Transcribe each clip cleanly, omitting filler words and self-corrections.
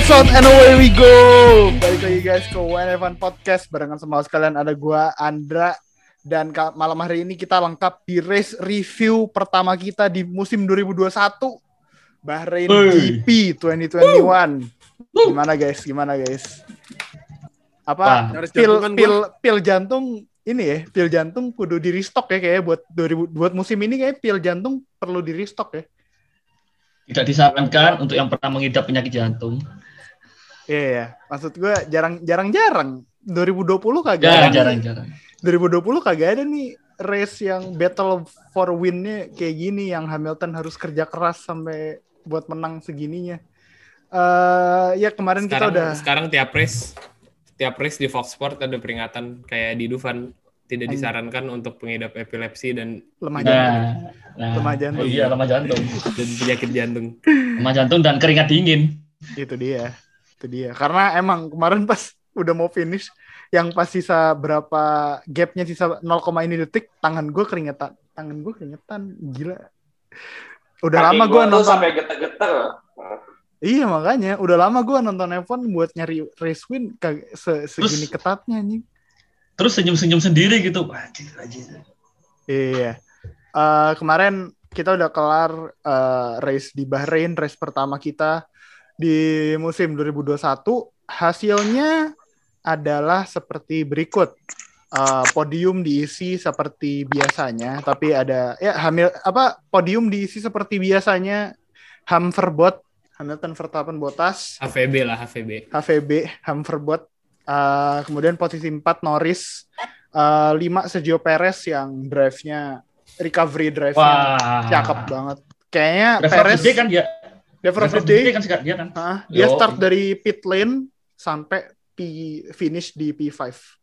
episode and away we go. Balik lagi guys ke WNF1 Podcast. Barengan sama sekalian ada gua Andra. Dan malam hari ini kita lengkap di race review pertama kita di musim 2021 Bahrain GP 2021. Gimana guys? Apa pil jantung ini ya? Pil jantung kudu di restock ya kayaknya buat musim ini kayak pil jantung perlu di restock ya. Tidak disarankan untuk yang pernah mengidap penyakit jantung. Iya, maksud gue jarang-jarang 2020 kagak. Jarang-jarang. 2020 kagak ada nih race yang battle for win-nya kayak gini yang Hamilton harus kerja keras sampai buat menang segininya. Ya kemarin sekarang tiap race di Fox Sport ada peringatan kayak di Dufan tidak disarankan untuk pengidap epilepsi dan lemah jantung. Lemah jantung. Iya, lemah jantung dan penyakit jantung. Lemah jantung dan keringat dingin. Itu dia. Karena emang kemarin pas udah mau finish yang pas sisa berapa gapnya sisa 0, ini detik tangan gue keringetan gila. Udah kaki lama gue nonton sampai getar-getar. Iya makanya udah lama gue nonton F1 buat nyari race win segini ketatnya nih. Terus senyum-senyum sendiri gitu. Iya. Kemarin kita udah kelar race di Bahrain, race pertama kita di musim 2021. Hasilnya adalah seperti berikut. Podium diisi seperti biasanya, tapi ada podium diisi seperti biasanya. Hamilton, Verstappen, Bottas. HVB, Hamverbot. Kemudian posisi 4 Norris, 5 Sergio Perez yang drive-nya recovery drive-nya cakep banget. Kayaknya Perez kan dia. Driver of the day kan dia kan. Dia start dari pit lane sampai finish di P5.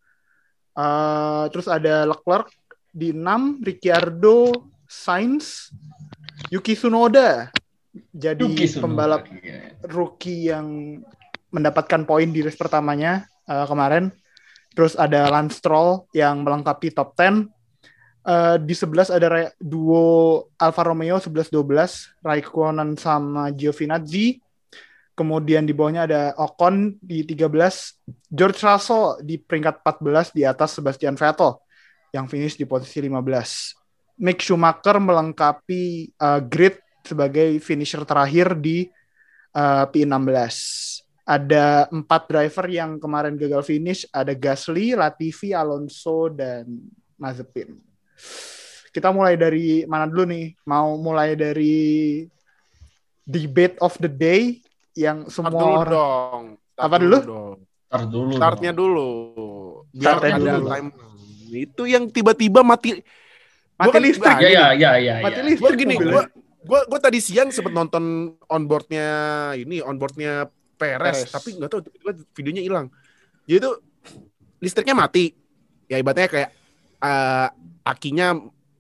Terus ada Leclerc di 6, Ricciardo, Sainz, Yuki Tsunoda jadi pembalap rookie yang mendapatkan poin di race pertamanya kemarin. Terus ada Lance Stroll yang melengkapi top 10. Di 11 ada duo Alfa Romeo 11-12, Raikkonen sama Giovinazzi. Kemudian di bawahnya ada Ocon di 13, George Russell di peringkat 14 di atas Sebastian Vettel yang finish di posisi 15. Mick Schumacher melengkapi grid sebagai finisher terakhir di P16. Ada 4 driver yang kemarin gagal finish, ada Gasly, Latifi, Alonso, dan Mazepin. Kita mulai dari mana dulu nih? Mau mulai dari debate of the day yang semua orang... Apa dulu? Startnya dulu. Biar ada time. Itu yang tiba-tiba mati listrik. Iya. Mati listrik. Gini, gue tadi siang sempat nonton onboardnya Perez, tapi nggak tahu tiba-tiba videonya hilang. Jadi itu listriknya mati. Ya ibaratnya kayak akinya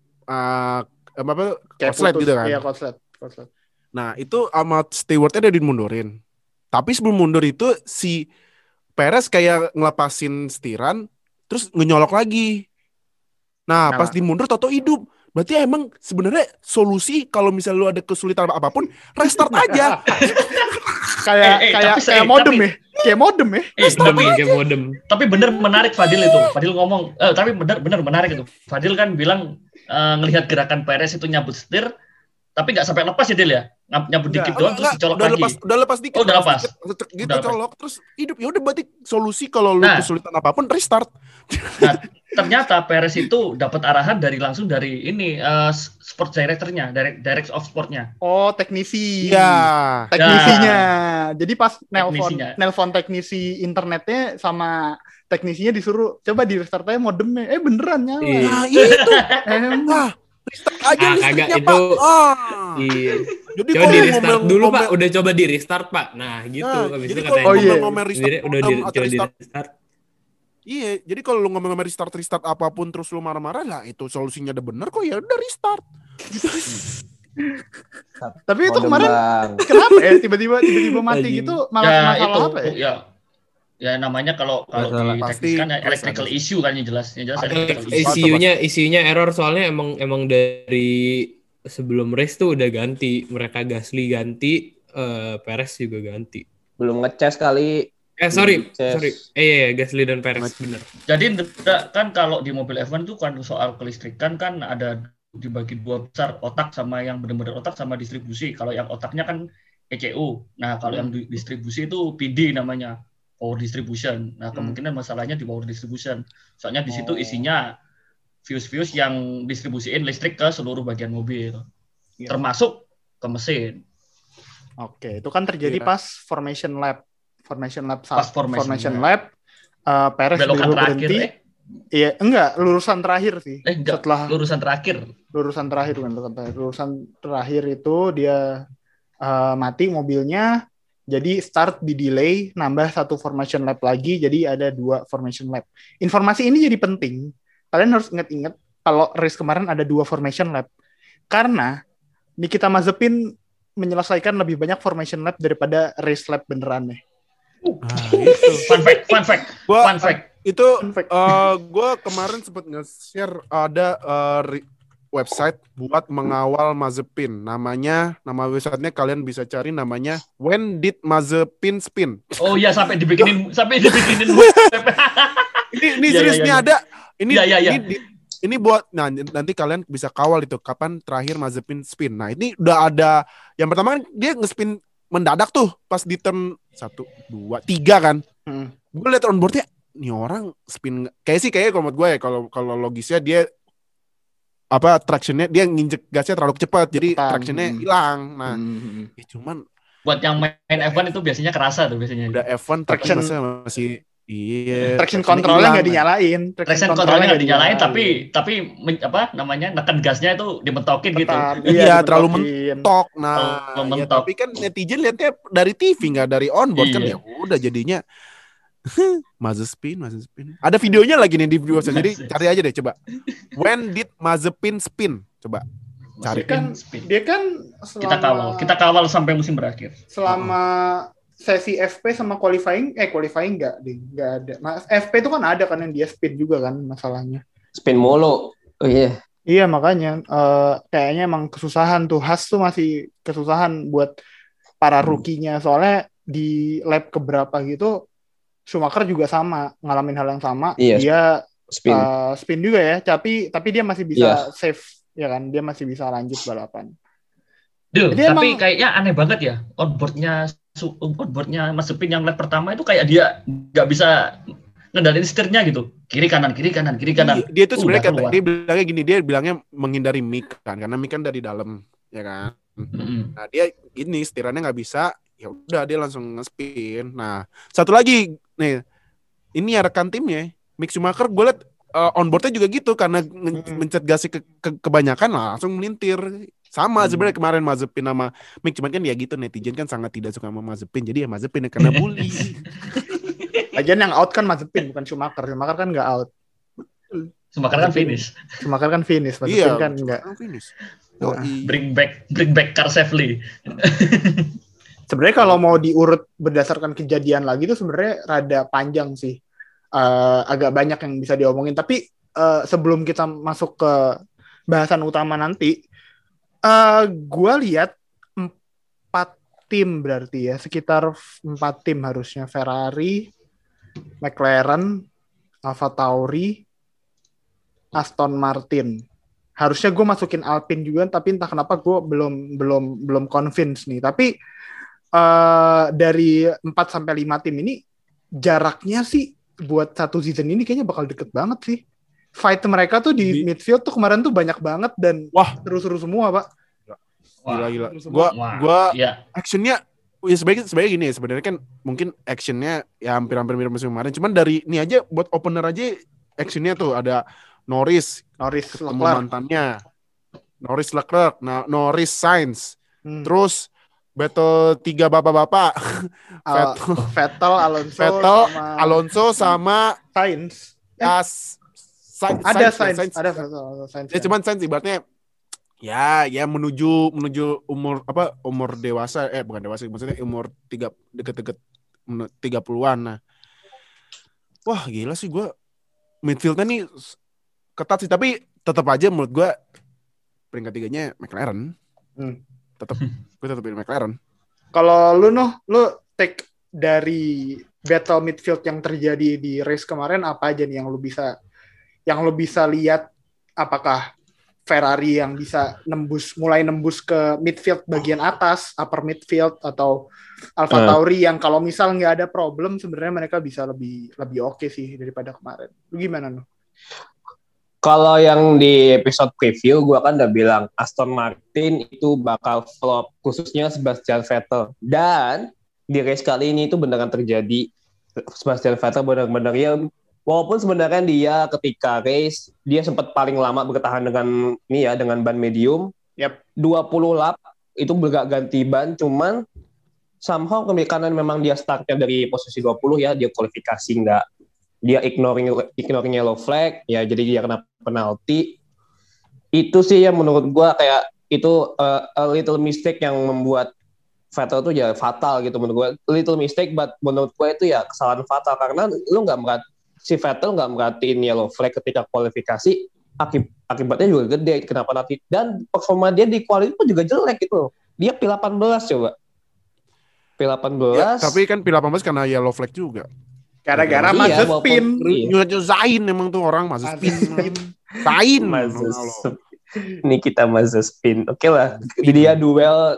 korslet gitu kan. Iya, korslet. Nah, itu sama stewardnya udah dimundurin. Tapi sebelum mundur itu si Perez kayak ngelepasin setiran terus ngenyolok lagi. Nah, pas dimundur toto hidup. Berarti emang sebenarnya solusi kalau misalnya lu ada kesulitan apapun, restart aja. kayak modem ya. Kayak modem. Tapi bener menarik Fadil itu. Fadil ngomong, tapi bener menarik itu. Fadil kan bilang ngelihat gerakan Perez itu nyabut setir, tapi nggak sampai lepas ya Dil ya. Nyabut dikit doang terus dicolok lagi. Udah lepas dikit. Oh, udah lepas. Gitu colok terus hidup. Ya udah berarti solusi kalau lu kesulitan apapun restart. Nah, ternyata Perez itu dapat arahan langsung dari ini sport director-nya, director of sport-nya. Oh, teknisi. Iya. Teknisinya. Jadi pas nelpon teknisi internetnya sama teknisinya disuruh coba di restart aja modemnya. Beneran nyala. Nah, itu. Restart aja listriknya, Pak. Iya. Jadi coba di restart dulu, Pak. Udah coba di restart, Pak. Nah, gitu. Habis itu katanya udah di restart. Iya, jadi kalau lu ngomong restart apapun terus lu marah-marah, lah itu solusinya udah bener kok, ya udah restart. Tapi itu kemarin kenapa ya tiba-tiba mati gitu? Masalah apa ya? Ya namanya kalau di teknis kan electrical issue kan yang jelas isunya error soalnya emang dari sebelum race tuh udah ganti, mereka Gasly ganti, Perez juga ganti. belum ngecas kali. Sorry. Gasly dan Perez bener. Jadi kan kalau di mobil F1 itu kan soal kelistrikan kan ada dibagi dua besar, otak sama yang benar-benar otak sama distribusi. Kalau yang otaknya kan ECU. Nah, kalau yang distribusi itu PD namanya, power distribution. Nah, kemungkinan masalahnya di power distribution. Soalnya di situ isinya fuse-fuse yang distribusiin listrik ke seluruh bagian mobil. Termasuk ke mesin. Oke, itu kan terjadi pas formation lap. Formation lap. Perez belokan terakhir berhenti. Iya, enggak, lurusan terakhir sih. Setelah lurusan terakhir itu dia mati mobilnya. Jadi start di delay, nambah 1 formation lap lagi, jadi ada 2 formation lap. Informasi ini jadi penting. Kalian harus ingat-ingat kalau race kemarin ada 2 formation lap. Karena Nikita Mazepin menyelesaikan lebih banyak formation lap daripada race lap beneran nih. Itu. Fun fact. Itu gue kemarin sempat nge-share ada website buat mengawal Mazepin. Nama websitenya kalian bisa cari, namanya When Did Mazepin Spin? Oh iya, sampai dibikinin ini seriusnya ada. Ini buat nanti kalian bisa kawal itu kapan terakhir Mazepin spin. Nah, ini udah ada yang pertama kan dia nge-spin mendadak tuh pas di turn 1 2 3 kan. Gue liat onboardnya, nih orang spin kayak kalau menurut gue ya, kalau logisnya dia tractionnya dia nginjek gasnya terlalu cepat, jadi tractionnya hilang. Nah, ya cuman buat yang main F1 itu biasanya kerasa tuh biasanya. Udah F1 traction masih traction controlnya nggak dinyalain. Traction controlnya nggak dinyalain, tapi neken gasnya itu dimentokin gitu. Iya, terlalu mentok. Nah, ya, tapi kan netizen lihatnya dari TV nggak dari onboard kan, ya udah jadinya Mazepin. Ada videonya lagi nih di video saya, jadi cari aja deh coba. When did Mazepin spin? Coba cari. Dia kan kita kawal sampai musim berakhir. Selama sesi FP sama qualifying nggak ada. Nah, FP itu kan ada kan yang dia spin juga kan masalahnya. Spin mulu. Oh iya. Iya makanya kayaknya emang kesusahan tuh. Haas tuh masih kesusahan buat para rookie-nya. Soalnya di lap keberapa gitu Schumacher juga sama ngalamin hal yang sama. Iya, dia spin juga ya. Tapi dia masih bisa save ya kan. Dia masih bisa lanjut balapan. Tapi kayaknya aneh banget ya onboardnya Mazepin yang lap pertama itu kayak dia nggak bisa ngendalin setirnya gitu, kiri kanan. Dia tuh sebenarnya dia bilangnya gini, dia bilangnya menghindari mic kan, karena mic kan dari dalam ya kan. Nah dia gini setirannya nggak bisa, ya udah dia langsung nge-spin. Nah satu lagi nih, ini ya rekan timnya Mick Schumacher, gue liat onboardnya juga gitu, karena mencet gasnya kebanyakan langsung melintir. Sama sebenarnya kemarin Mazepin sama Mick, cuman kan ya gitu, netizen kan sangat tidak suka sama Mazepin, jadi ya Mazepin yang kena bully. Lagian yang out kan Mazepin bukan Schumacher kan nggak out. Schumacher kan finish. Mazepin kan nggak. Bring back car safely. Sebenarnya kalau mau diurut berdasarkan kejadian lagi tuh sebenarnya rada panjang sih. Agak banyak yang bisa diomongin, tapi sebelum kita masuk ke bahasan utama nanti, gue lihat 4 tim berarti ya, sekitar 4 tim harusnya. Ferrari, McLaren, AlphaTauri, Aston Martin. Harusnya gue masukin Alpine juga, tapi entah kenapa gue belum convince nih. Tapi dari 4 sampai 5 tim ini jaraknya sih buat satu season ini kayaknya bakal deket banget sih. Fight mereka tuh di midfield tuh kemarin tuh banyak banget dan seru-seru semua, Pak. Gila. Gua actionnya ya sebenarnya gini, sebenarnya kan mungkin actionnya ya hampir mirip musim kemarin. Cuman dari ini aja buat opener aja actionnya tuh ada Norris mantannya, Norris Leclerc, Norris Sainz, terus battle 3 bapak-bapak, Vettel, Alonso sama Sainz. Ada Sainz. Ya cuman Sainz ibaratnya ya menuju umur dewasa, bukan dewasa, maksudnya umur deket 30-an. Nah, wah gila sih, gue midfieldnya nih ketat sih, tapi tetap aja menurut gue peringkat 3-nya McLaren. Gue tetap pilih McLaren. Kalau lu take dari battle midfield yang terjadi di race kemarin apa aja nih yang lu bisa lihat, apakah Ferrari yang bisa mulai nembus ke midfield bagian atas, upper midfield, atau AlphaTauri yang kalau misal nggak ada problem sebenarnya mereka bisa lebih oke sih daripada kemarin. Lu gimana lu? Kalau yang di episode preview, gue kan udah bilang Aston Martin itu bakal flop, khususnya Sebastian Vettel. Dan di race kali ini itu beneran terjadi. Sebastian Vettel benar-benar ya, walaupun sebenarnya dia ketika race, dia sempat paling lama bertahan dengan ban medium. 20 lap, itu bergak ganti ban, cuman somehow karena memang dia startnya dari posisi 20 ya, dia kualifikasi nggak. Dia ignoring yellow flag, ya jadi dia kena penalti. Itu sih yang menurut gue kayak itu a little mistake yang membuat Vettel tuh ya fatal gitu menurut gue. Little mistake, but menurut gue itu ya kesalahan fatal karena lu si Vettel nggak merhatiin yellow flag ketika kualifikasi, akibatnya juga gede kenapa nanti. Dan performa dia di quali itu juga jelek gitu. Dia P18 coba. P18. Ya, tapi kan P18 karena yellow flag juga. Gara-gara Mazepin. Nyusahin emang tuh orang Mazepin. Sain. Nikita Mazepin. Oke lah. Dia duel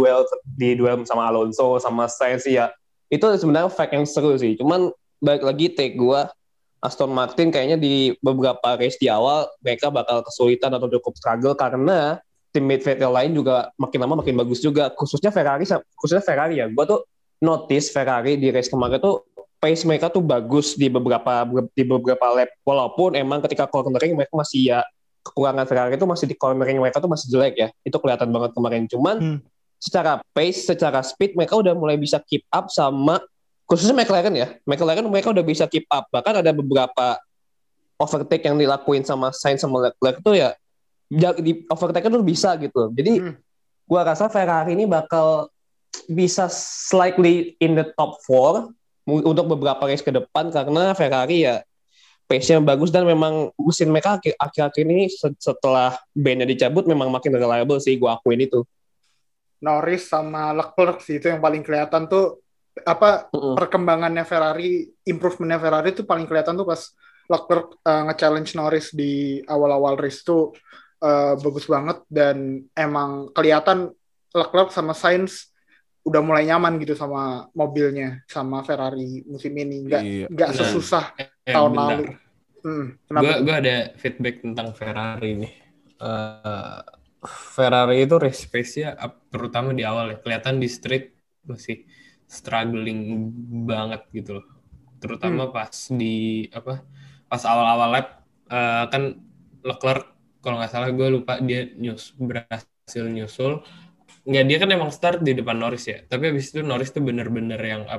sama Alonso sama Sainz ya. Itu sebenarnya fact yang seru sih. Cuman balik lagi take gue, Aston Martin kayaknya di beberapa race di awal mereka bakal kesulitan atau cukup struggle karena teammate Vettel lain juga makin lama makin bagus juga. Khususnya Ferrari ya. Gue tuh notice Ferrari di race kemarin tuh pace mereka tuh bagus di beberapa lap, walaupun emang ketika cornering mereka masih ya, kekurangan Ferrari itu masih di cornering mereka tuh masih jelek ya, itu kelihatan banget kemarin. Cuman secara pace, secara speed mereka udah mulai bisa keep up sama, khususnya McLaren mereka udah bisa keep up, bahkan ada beberapa overtake yang dilakuin sama Sainz sama Leclerc tuh ya di overtake tuh bisa gitu. Jadi gua rasa Ferrari ini bakal bisa slightly in the top 4 untuk beberapa race ke depan karena Ferrari ya pace-nya bagus dan memang mesin mereka akhir-akhir ini setelah ban-nya dicabut memang makin reliable sih, gue akuin itu. Norris sama Leclerc sih itu yang paling kelihatan tuh perkembangannya Ferrari, improvementnya Ferrari tuh paling kelihatan tuh pas Leclerc nge-challenge Norris di awal-awal race tuh bagus banget, dan emang kelihatan Leclerc sama Sainz udah mulai nyaman gitu sama mobilnya, sama Ferrari musim ini. Nggak sesusah tahun lalu. Gue ada feedback tentang Ferrari nih. Ferrari itu race pace-nya terutama di awal ya, kelihatan di street masih struggling banget gitu loh. Terutama pas awal-awal lap kan Leclerc kalau nggak salah gue lupa dia berhasil nyusul. Nggak, dia kan emang start di depan Norris ya, tapi abis itu Norris tuh bener-bener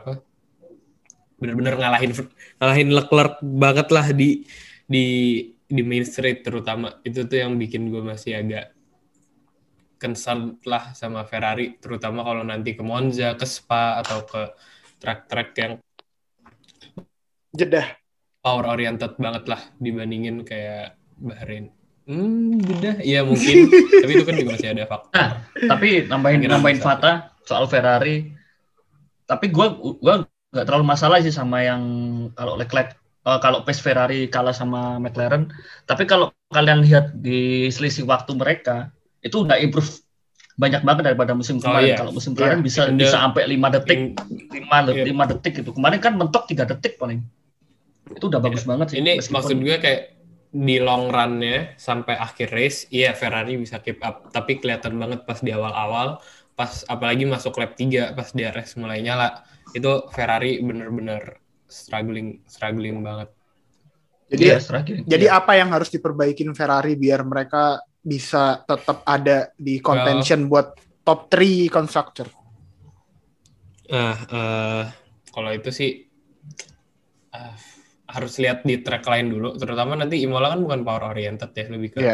ngalahin Leclerc banget lah di main street terutama. Itu tuh yang bikin gue masih agak concerned lah sama Ferrari, terutama kalau nanti ke Monza, ke Spa, atau ke track-track yang Jeddah power oriented banget lah dibandingin kayak Bahrain. Beda, ya mungkin. Tapi itu kan juga masih ada fakta. Tapi nambahin fakta soal Ferrari. Tapi gue nggak terlalu masalah sih sama yang kalau Leclerc, kalau pace Ferrari kalah sama McLaren. Tapi kalau kalian lihat di selisih waktu mereka, itu udah improve banyak banget daripada musim kemarin. Kalau musim kemarin bisa sampai 5 detik, 5 detik gitu. Kemarin kan mentok 3 detik paling. Itu udah bagus banget sih. Ini maksud gue kayak di long run-nya sampai akhir race, Ferrari bisa keep up. Tapi kelihatan banget pas di awal-awal, pas apalagi masuk lap 3, pas di race mulai nyala, itu Ferrari bener-bener struggling banget. Jadi apa yang harus diperbaikin Ferrari biar mereka bisa tetap ada di contention buat top 3 constructor? Kalau itu sih harus lihat di track lain dulu, terutama nanti Imola kan bukan power oriented ya, lebih ke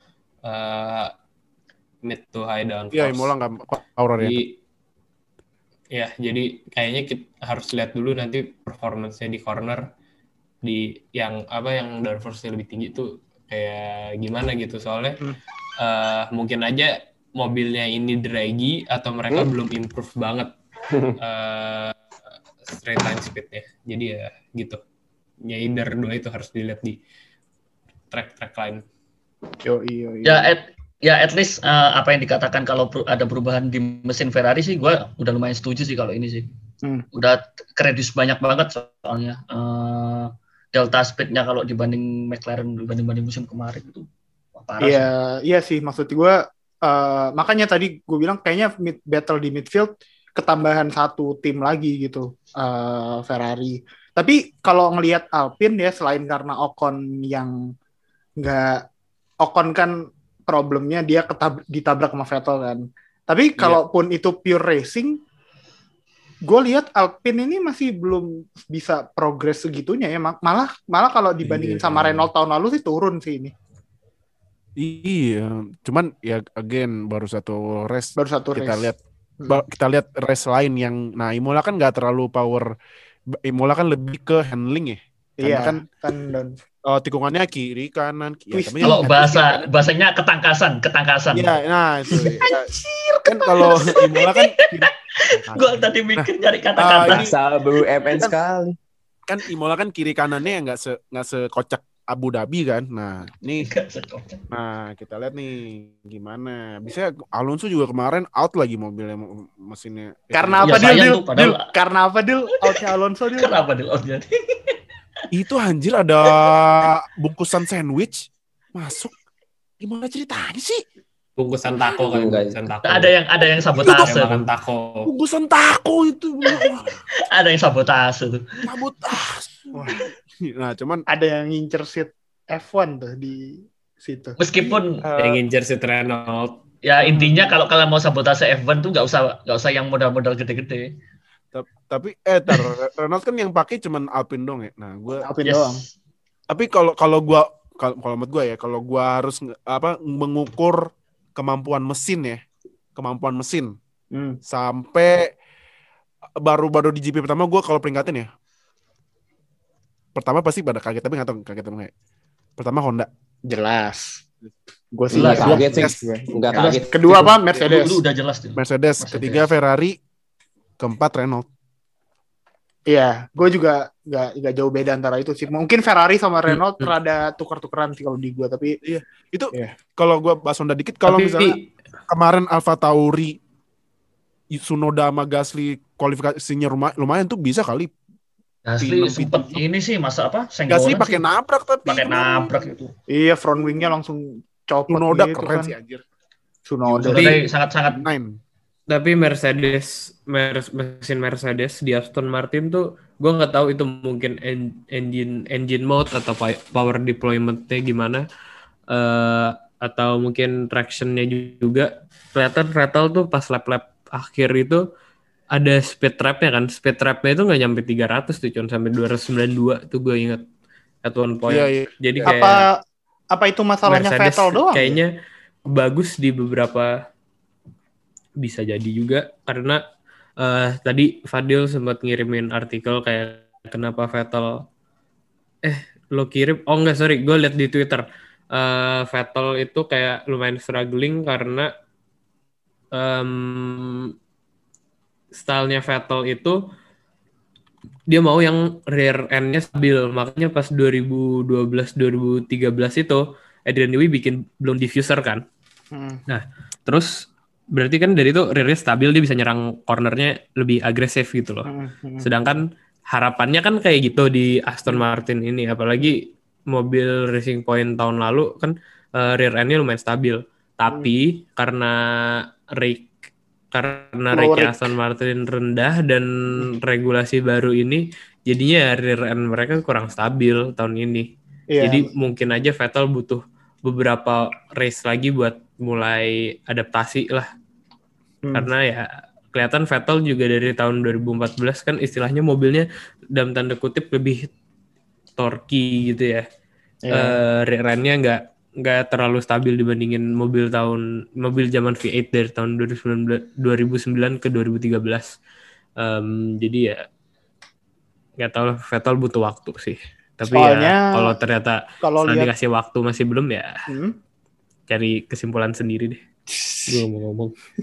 mid to high downforce. Iya, Imola nggak power oriented. Jadi kayaknya kita harus lihat dulu nanti performance-nya di corner, di yang downforce-nya lebih tinggi tuh kayak gimana gitu, soalnya mungkin aja mobilnya ini draggy atau mereka belum improve banget straight line speed-nya. Jadi ya gitu. Ya either dua itu harus dilihat di track lain. Ya at least apa yang dikatakan kalau ada perubahan di mesin Ferrari sih gue udah lumayan setuju sih kalau ini sih. Udah kredis banyak banget soalnya. Delta speed-nya kalau dibanding McLaren dibanding musim kemarin itu parah. Iya sih maksud gue makanya tadi gue bilang kayaknya battle di midfield ketambahan satu tim lagi gitu Ferrari. Tapi kalau ngelihat Alpine ya selain karena Ocon yang Ocon kan problemnya dia ditabrak sama Vettel kan. Tapi kalaupun itu pure racing, gue lihat Alpine ini masih belum bisa progres segitunya ya. Malah kalau dibandingin sama Renault tahun lalu sih turun sih ini. Iya, cuman ya again baru satu race. Kita lihat race lain yang, nah Imola kan nggak terlalu power. Imola kan lebih ke handling ya. Iya kan tikungannya kiri kanan. Ya, kalau bahasanya ketangkasan. Iya, nah itu. Kan kalau Imola kan. Gue tadi mikir nyari kata-kata. Bahasa BUMN sekali. Kan Imola kan kiri kanannya nggak sekocak Abu Dhabi kan. Nah, ini kita lihat nih gimana. Bisa Alonso juga kemarin out lagi mobilnya mesinnya. Karena apa Dil? Karena apa Dil? Outnya Alonso Dil? Kenapa Dil outnya? Itu anjir ada bungkusan sandwich masuk. Gimana ceritanya sih? Bungkusan taco kan, bungkusan taco. Ada yang sabotase. Makan taco. Bungkusan taco itu. Ada yang sabotase. Nah, cuman ada yang ngincer seat F1 tuh di situ. Meskipun yang ngincer seat Renault. Ya intinya kalau kalian mau sabotase F1 tuh nggak usah yang modal-modal gede-gede. Tapi Renault kan yang pakai cuman Alpine dong ya. Nah, gue Alpine doang. Tapi kalau menurut gue ya, kalau gue harus mengukur kemampuan mesin sampai baru di GP pertama gue kalau peringkatin ya. Pertama pasti pada kaget, tapi nggak tahu kaget apa nggak. Pertama Honda. Jelas. Gue sih nggak kaget sih. Nggak kaget. Kedua apa? Mercedes. Lu udah jelas tuh. Mercedes. Ketiga Ferrari. Keempat Renault. Iya, gue juga nggak jauh beda antara itu sih. Mungkin Ferrari sama Renault rada tukar-tukaran sih kalau di gue, tapi iya. Itu kalau gue bahas Honda dikit, kalau misalnya kemarin Alfa Tauri, Tsunoda sama Gasly kualifikasinya lumayan tuh bisa kali. Gasly sempet ini sih masa apa? Gasly pakai nabrak tapi. Pakai nabrak itu. Iya, front wingnya langsung copot. Tsunoda gitu, keren kan. Sih anjir. Tsunoda sangat. Tapi mesin Mercedes di Aston Martin tuh gue nggak tahu itu mungkin engine mode atau power deployment-nya gimana atau mungkin traction-nya juga. Kelihatan Vettel tuh pas lap-lap akhir itu ada speed trap-nya kan. Speed trap-nya itu nggak nyampe 300 tuh, cuma sampai 292 tuh gue ingat at one point. Iya. Jadi kayak apa itu masalahnya Mercedes Vettel doang? Kayaknya bagus di beberapa. Bisa jadi juga karena tadi Fadil sempat ngirimin artikel kayak kenapa Vettel lo kirim gue lihat di Twitter Vettel itu kayak lumayan struggling karena stylenya Vettel itu dia mau yang rear end-nya stabil, makanya pas 2012-2013 itu Adrian Newey bikin blown diffuser kan. Nah terus berarti kan dari itu rear-nya stabil, dia bisa nyerang cornernya lebih agresif gitu loh. Sedangkan harapannya kan kayak gitu di Aston Martin ini, apalagi mobil Racing Point tahun lalu kan rear end-nya lumayan stabil. Tapi karena rake Aston Martin rendah dan regulasi baru ini, jadinya rear end mereka kurang stabil tahun ini. Jadi mungkin aja Vettel butuh beberapa race lagi buat mulai adaptasi lah. Karena ya kelihatan Vettel juga dari tahun 2014 kan istilahnya mobilnya dalam tanda kutip lebih torky gitu ya. Rear end-nya nggak terlalu stabil dibandingin mobil zaman V8 dari tahun 2009 ke 2013. Jadi ya nggak tahu, Vettel butuh waktu sih. Tapi soalnya, ya kalau ternyata setelah dikasih waktu masih belum ya cari kesimpulan sendiri deh. Gue mau ngomong.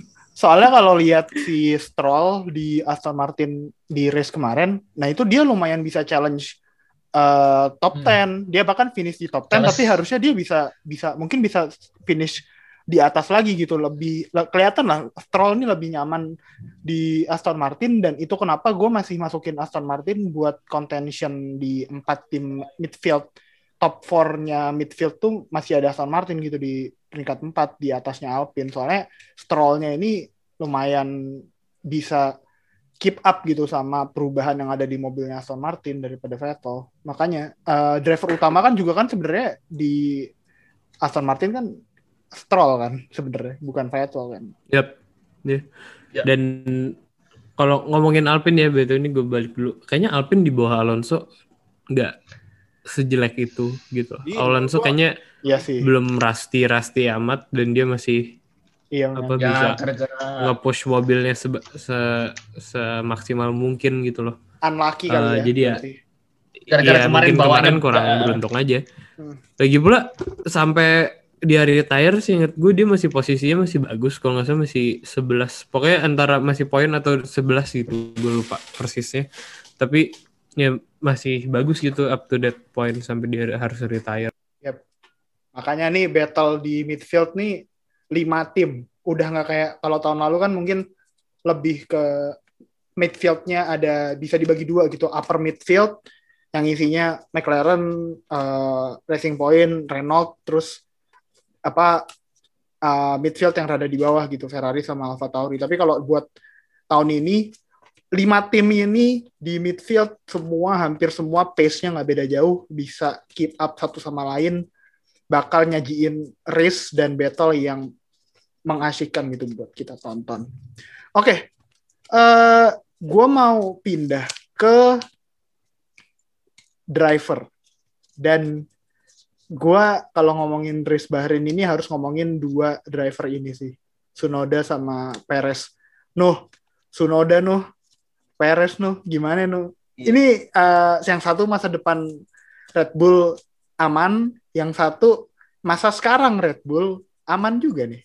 Soalnya kalau lihat si Stroll di Aston Martin di race kemarin, nah itu dia lumayan bisa challenge top 10. Dia bahkan finish di top 10, tapi harusnya dia mungkin bisa finish di atas lagi gitu. Kelihatan lah Stroll ini lebih nyaman di Aston Martin, dan itu kenapa gue masih masukin Aston Martin buat contention di 4 tim midfield. Top 4-nya midfield tuh masih ada Aston Martin gitu di peringkat 4 di atasnya Alpine. Soalnya Stroll-nya ini lumayan bisa keep up gitu sama perubahan yang ada di mobilnya Aston Martin daripada Vettel. Makanya driver utama kan juga kan sebenarnya di Aston Martin kan Stroll kan sebenarnya, bukan Vettel kan. Yap. Yeah. Yeah. Dan kalau ngomongin Alpine ya, betul ini gue balik dulu. Kayaknya Alpine di bawah Alonso nggak sejelek itu gitu. Iya, Alonso kayaknya sih. Belum rusty amat, dan dia masih bisa nge-push mobilnya semaksimal mungkin gitu loh. Unlucky kali ya. Jadi ya kemarin kurang beruntung aja. Lagi pula sampai di hari retire sih ingat gue dia masih posisinya masih bagus, kalau nggak salah masih 11. Pokoknya antara masih poin atau 11 gitu, gue lupa persisnya. Tapi ya masih bagus gitu up to that point sampai dia harus retire. Yep. Makanya nih battle di midfield nih 5 tim. Udah nggak kayak kalau tahun lalu kan mungkin lebih ke midfieldnya ada bisa dibagi 2 gitu. Upper midfield yang isinya McLaren, Racing Point, Renault, terus midfield yang rada di bawah gitu, Ferrari sama AlphaTauri. Tapi kalau buat tahun ini 5 tim ini di midfield hampir semua pace-nya nggak beda jauh, bisa keep up satu sama lain, bakal nyajiin race dan battle yang mengasyikkan gitu buat kita tonton. Oke. Gue mau pindah ke driver. Dan gue kalau ngomongin race Bahrain ini harus ngomongin 2 driver ini sih. Tsunoda sama Perez. Tsunoda Perez gimana Ini yang satu masa depan Red Bull aman, yang satu masa sekarang Red Bull aman juga nih.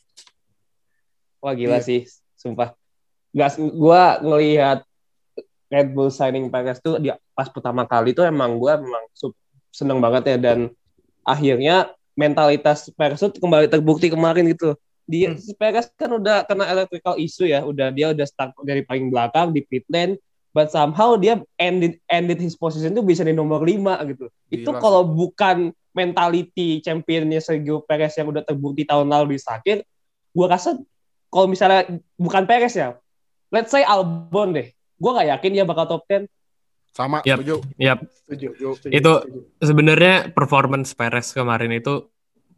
Wah gila sih, sumpah. Gue ngelihat Red Bull signing Perez tuh pas pertama kali tuh emang seneng banget ya, dan akhirnya mentalitas Perez tuh kembali terbukti kemarin gitu. Perez kan udah kena electrical issue ya, dia udah start dari paling belakang di pit lane, but somehow dia ended his position tuh bisa di nomor 5 gitu. Gila. Itu kalau bukan mentality championnya Sergio Perez yang udah terbukti tahun lalu di Sakir, gue rasa kalau misalnya bukan Perez ya, let's say Albon deh, gue nggak yakin dia bakal top 10. Sama, setuju. Setuju. Itu sebenarnya performance Perez kemarin itu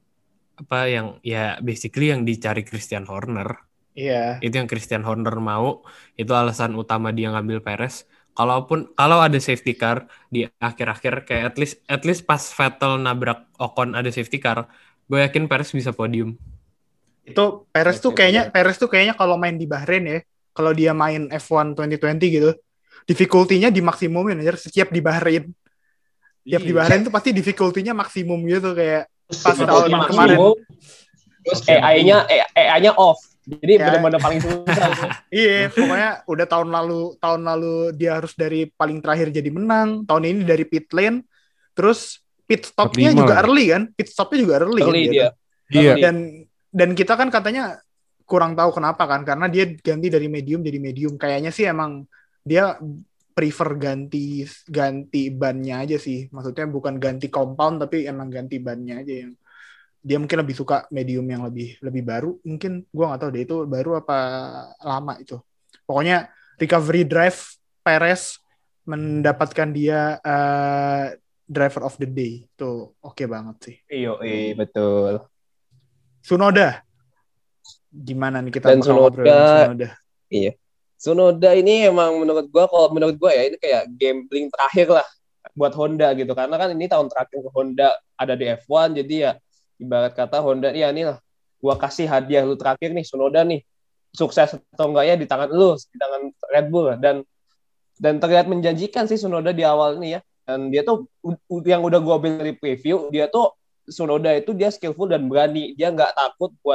yang ya basically yang dicari Christian Horner. Iya. Itu yang Christian Horner mau, itu alasan utama dia ngambil Perez. Kalau ada safety car di akhir-akhir kayak at least pas Vettel nabrak Ocon ada safety car, gue yakin Perez bisa podium. Itu Perez tuh kayaknya kalau main di Bahrain ya, kalau dia main F1 2020 gitu, difficulty-nya di maksimumin aja setiap di Bahrain. Tiap di Bahrain tuh pasti difficulty-nya maksimum gitu kayak pas tahun kemarin. Terus AI-nya off. Jadi benar-benar paling susah. Iya, pokoknya udah tahun lalu dia harus dari paling terakhir jadi menang. Tahun ini dari pit lane, terus pit stop-nya juga early kan? Pit stop-nya juga early kan, dia. Iya. Dan kita kan katanya kurang tahu kenapa kan, karena dia ganti dari medium jadi medium. Kayaknya sih emang dia prefer ganti bannya aja sih. Maksudnya bukan ganti compound tapi emang ganti bannya aja, yang dia mungkin lebih suka medium yang lebih baru. Mungkin gue nggak tahu deh itu baru apa lama itu. Pokoknya recovery drive Perez mendapatkan dia driver of the day itu oke banget sih. Iya betul. Tsunoda gimana nih kita bakal ngobrolin Tsunoda? Iya. Tsunoda ini emang menurut gue ya ini kayak gambling terakhir lah buat Honda gitu, karena kan ini tahun terakhir Honda ada di F1, jadi ya ibarat kata Honda ya nih lah, gua kasih hadiah lu terakhir nih Tsunoda nih, sukses atau enggaknya di tangan lu, di tangan Red Bull, dan terlihat menjanjikan sih Tsunoda di awal ini ya, dan dia tuh yang udah gua bilang dari preview, dia tuh Tsunoda itu dia skillful dan berani, dia nggak takut buat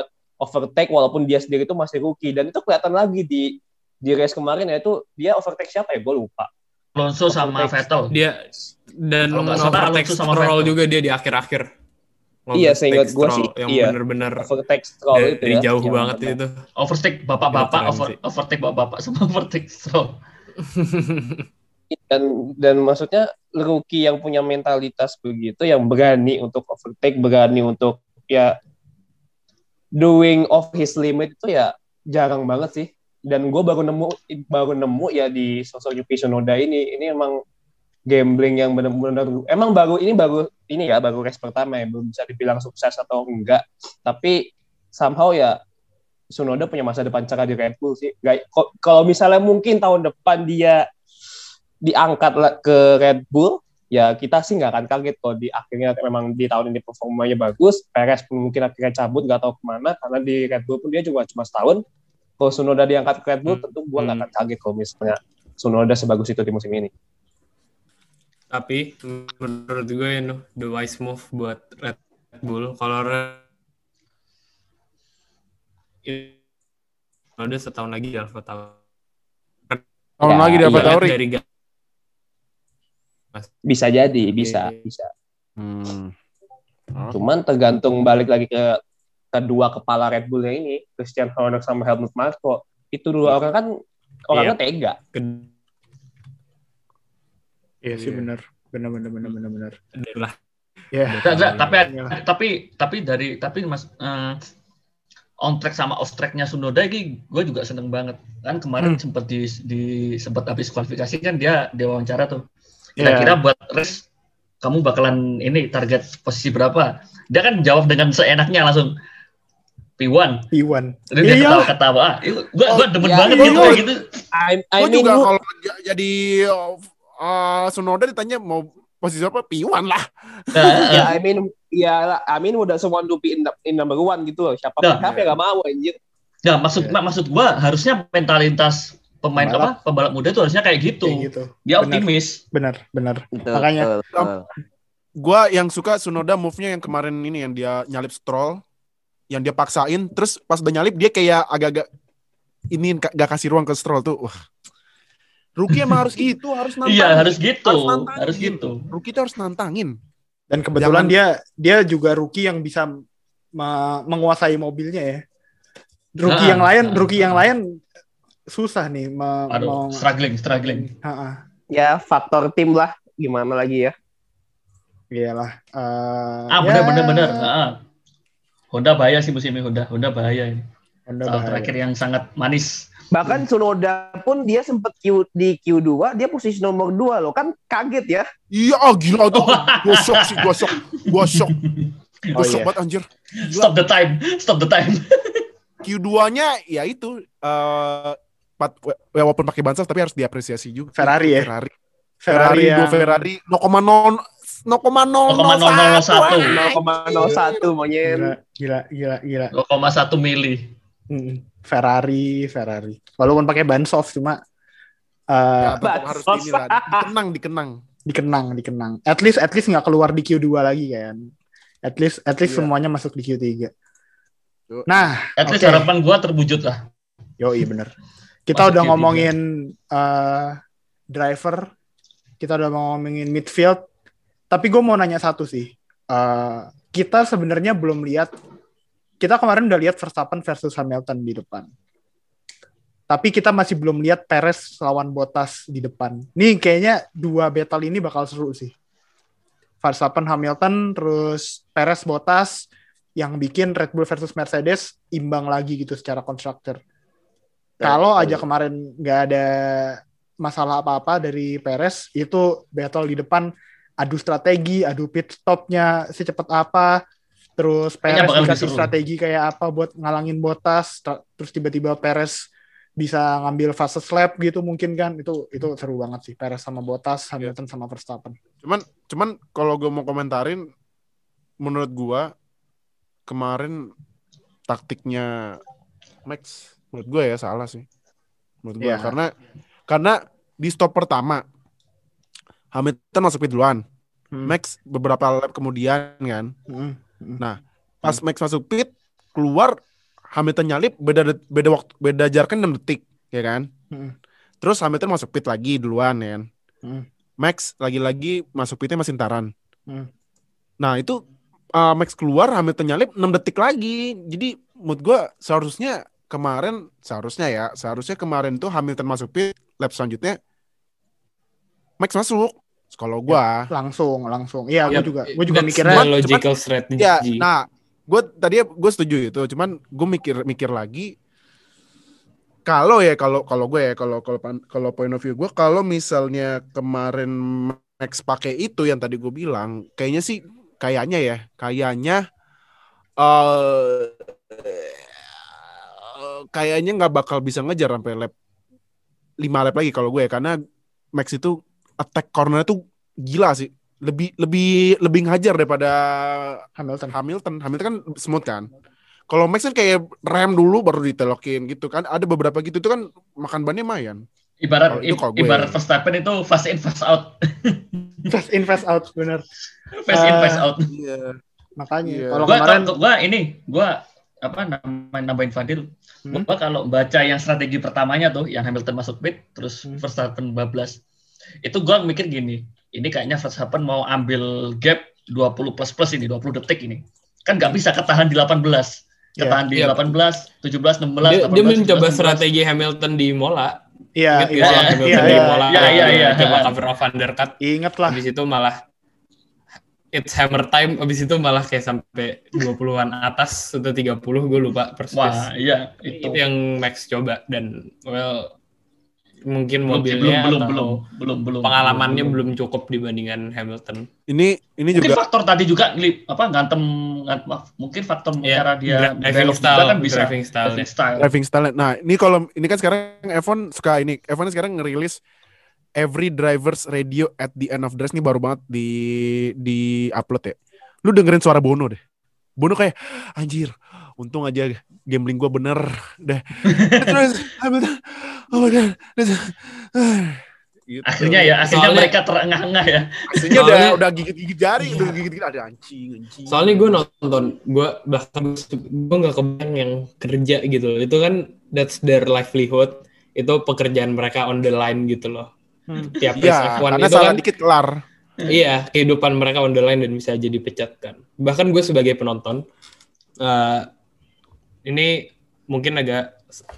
overtake walaupun dia sendiri itu masih rookie, dan itu kelihatan lagi di race kemarin, yaitu dia overtake siapa ya, gue lupa. Alonso sama Vettel. Dia dan kalau nggak salah overtake Alonso sama Stroll Vettel juga dia di akhir-akhir. Iya, seingat gue sih, yang iya. bener-bener Overtake Stroll itu dari ya. jauh banget itu. Overtake bapak-bapak, overtake bapak-bapak sama overtake Stroll. Dan maksudnya rookie yang punya mentalitas begitu, yang berani untuk overtake, berani untuk ya doing off his limit, itu ya jarang banget sih. Dan gue baru nemu ya di sosok Yuki Tsunoda ini emang gambling yang benar-benar emang baru race pertama ya, belum bisa dibilang sukses atau enggak, tapi somehow ya Tsunoda punya masa depan cerah di Red Bull sih. Kalau misalnya mungkin tahun depan dia diangkat ke Red Bull, ya kita sih nggak akan kaget kalau di akhirnya memang di tahun ini performanya bagus. Perez pun mungkin akhirnya cabut, nggak tahu kemana, karena di Red Bull pun dia juga cuma setahun. Kalau Tsunoda diangkat ke Red Bull, tentu gue nggak akan kaget kalau misalnya Tsunoda sebagus itu di musim ini. Tapi menurut gue the wise move buat Red Bull, kalau udah setahun lagi di Alfa Tauri. Dari bisa jadi, bisa. Cuman tergantung balik lagi ke kedua kepala Red Bull ini, Christian Horner sama Helmut Marko. Itu dua orang kan orangnya tega. Iya sih, benar. Ya. Tapi Mas on track sama off tracknya Tsunoda ini gue juga seneng banget. Kan kemarin sempat sempat habis kualifikasi kan dia wawancara tuh. Kira-kira buat race kamu bakalan ini target posisi berapa? Dia kan jawab dengan seenaknya langsung P1. Terus dia ketawa-ketawa. Gue demen banget gitu kayak gitu. Gue juga kalau jadi Tsunoda ditanya mau posisi apa, P1 lah. I mean udah semua to be in number one gitu loh. Siapa yang nggak mau anjir. Ya maksud gue harusnya mentalitas pembalap muda itu harusnya kayak gitu. Dia optimis. Benar. Makanya gue yang suka Tsunoda move-nya yang kemarin ini, yang dia nyalip Stroll, yang dia paksain, terus pas udah nyalip dia kayak agak-agak ini gak kasih ruang ke Stroll tuh. Wah. Rookie emang harus gitu, harus nantangin. Iya, harus gitu. Rookie itu harus nantangin. Dan kebetulan dia juga rookie yang bisa menguasai mobilnya ya. Rookie yang lain susah nih struggling. Ya faktor tim lah, gimana lagi ya. Iyalah. Benar. Honda bahaya sih musim ini, Honda bahaya ini. Terakhir yang sangat manis. Bahkan Tsunoda pun dia sempat di Q2, dia posisi nomor 2 loh, kan kaget ya. Iya, gila tuh. Gua shock banget anjir. Gila. Stop the time. Q2-nya ya itu walaupun pakai ban soft tapi harus diapresiasi juga. Ferrari ya. Ferrari 0,001 monyet. Gila. 0,1 mili. Ferrari. Walaupun pakai ban soft cuma harus inilah dikenang. At least nggak keluar di Q2 lagi kan. At least semuanya masuk di Q3. Nah, at least harapan gua terwujud lah. Yoi, bener. Kita udah ngomongin driver, kita udah ngomongin midfield, tapi gue mau nanya satu sih. Kita sebenarnya belum lihat, kita kemarin udah lihat Verstappen versus Hamilton di depan. Tapi kita masih belum lihat Perez lawan Bottas di depan. Nih kayaknya dua battle ini bakal seru sih. Verstappen Hamilton, terus Perez Bottas, yang bikin Red Bull versus Mercedes imbang lagi gitu secara konstruktor. Kalau aja kemarin nggak ada masalah apa-apa dari Perez, itu battle di depan, adu strategi, adu pit stopnya secepat apa, terus Perez dikasih strategi kayak apa buat ngalangin Bottas, terus tiba-tiba Perez bisa ngambil fastest lap gitu mungkin kan, itu seru banget sih, Perez sama Bottas, Hamilton sama Verstappen. Cuman kalau gue mau komentarin, menurut gue kemarin taktiknya Max menurut gue ya salah sih. Menurut gue karena di stop pertama Hamilton masuk pit duluan. Max beberapa lap kemudian kan. Nah, pas Max masuk pit keluar, Hamilton nyalip beda jaraknya 6 detik, ya kan? Terus Hamilton masuk pit lagi duluan, ya kan? Max lagi-lagi masuk pitnya masih taran. Nah, itu Max keluar, Hamilton nyalip 6 detik lagi. Jadi menurut gue seharusnya kemarin tuh Hamilton masuk pit, lap selanjutnya Max masuk. Kalau gue langsung. Iya, gue juga mikirnya logical strategy. Ya, nah, gue setuju itu. Cuman gue mikir lagi. Kalau point of view gue, kalau misalnya kemarin Max pakai itu yang tadi gue bilang, kayaknya nggak bakal bisa ngejar sampai lap 5 lap lagi kalau gue, karena Max itu attack corner tuh gila sih, lebih ngajar daripada Hamilton kan smooth kan. Kalau Max kan kayak rem dulu baru ditelokin gitu kan, ada beberapa gitu itu kan makan bannya lumayan. Ibarat Verstappen itu fast in fast out. Fast in fast out, benar. Fast in fast out. Iya. Makanya kalau kemarin gue nambahin Fadil. Gue kalau baca yang strategi pertamanya tuh yang Hamilton masuk pit terus Verstappen bablas. Itu gue mikir gini, ini kayaknya Verstappen mau ambil gap 20 plus ini, 20 detik ini. Kan nggak bisa ketahan di 18. Ketahan di 18, 17, 16, 18. Dia mencoba 17, strategi Hamilton di Mola. Iya. Coba cover off undercut. Ingat lah. Habis itu malah it's hammer time, habis itu malah kayak sampai 20-an atas atau 30, gue lupa persis. Wah, iya, itu yang Max coba dan mungkin mobilnya belum pengalamannya belum cukup dibandingkan Hamilton. Ini mungkin juga faktor tadi juga ngantem mungkin faktor cara dia driving style kan bisa driving style. Nah, ini kan sekarang F1 sekarang ngerilis every driver's radio at the end of the race, nih baru banget di upload ya. Lu dengerin suara Bono deh. Bono kayak anjir, untung aja gambling gue bener deh. Terus gitu. Akhirnya mereka terengah-engah ya. Akhirnya udah gigit jari, udah gigit ada anjing. Soalnya gue nonton, gue nggak kebayang yang kerja gitu. Itu kan that's their livelihood. Itu pekerjaan mereka on the line gitu loh. Tiap race F1 karena itu salah kan dikit kelar. Iya, kehidupan mereka on the line dan bisa jadi pecat kan. Bahkan gue sebagai penonton, ini mungkin agak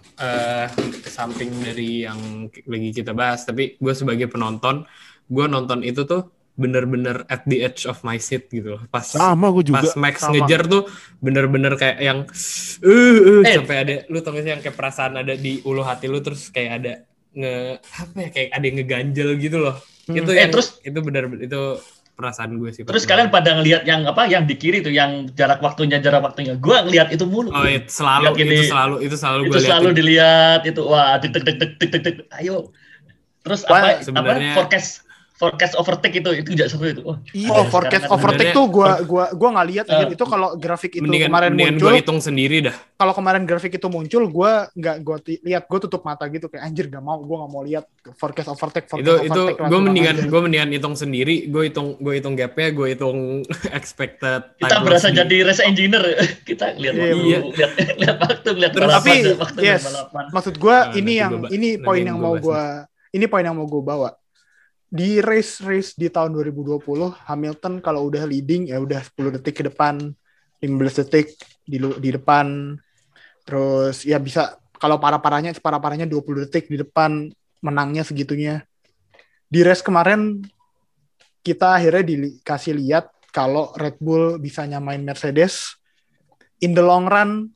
samping dari yang lagi kita bahas, tapi gue sebagai penonton, gue nonton itu tuh bener-bener at the edge of my seat gitu loh. Pas Max ngejar tuh bener-bener kayak yang sampai ada, lu tau gak sih yang kayak perasaan ada di ulu hati lu, terus kayak ada kayak ada yang ngeganjel gitu loh. Itu itu benar itu perasaan gue sih. Terus kalian pada ngelihat yang di kiri tuh yang jarak waktunya. Gue ngelihat itu mulu. Oh, itu selalu gue lihat. Itu selalu dilihat itu. Wah, deg. Ayo. Terus sebenarnya forecast overtake itu juga seru itu. Forecast overtake tuh gua enggak lihat itu kalau grafik itu kemarin muncul. Gue hitung sendiri dah. Kalau kemarin grafik itu muncul, gua lihat, gue tutup mata gitu kayak anjir gue enggak mau lihat forecast overtake. Itu gue mendingan hitung sendiri, gue hitung gapnya, gue hitung expected. Kita berasa jadi race engineer, kita lihat waktu, lihat balapan. Maksud gue ini poin yang mau gue bawa. Di race di tahun 2020, Hamilton kalau udah leading ya udah 10 detik ke depan, 15 detik di depan. Terus ya bisa kalau parah-parahnya 20 detik di depan, menangnya segitunya. Di race kemarin kita akhirnya dikasih lihat kalau Red Bull bisa nyamain Mercedes. In the long run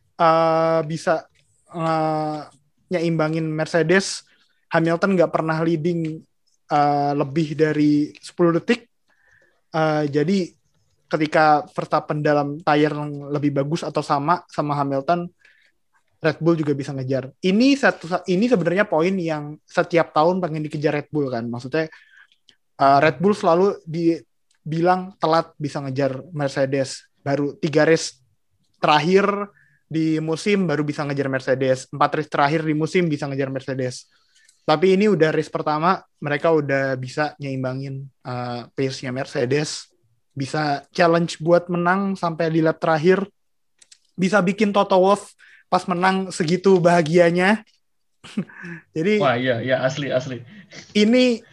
bisa nyeimbangin Mercedes. Hamilton nggak pernah leading lebih dari 10 detik. Jadi ketika Verstappen dalam tire yang lebih bagus atau sama Hamilton, Red Bull juga bisa ngejar. Ini sebenarnya poin yang setiap tahun pengen dikejar Red Bull kan. Maksudnya Red Bull selalu dibilang telat bisa ngejar Mercedes. Baru 3 race terakhir di musim baru bisa ngejar Mercedes. 4 race terakhir di musim bisa ngejar Mercedes. Tapi ini udah race pertama, mereka udah bisa nyeimbangin pace-nya Mercedes. Bisa challenge buat menang sampai di lap terakhir. Bisa bikin Toto Wolff pas menang segitu bahagianya. Jadi Wah, iya asli. ini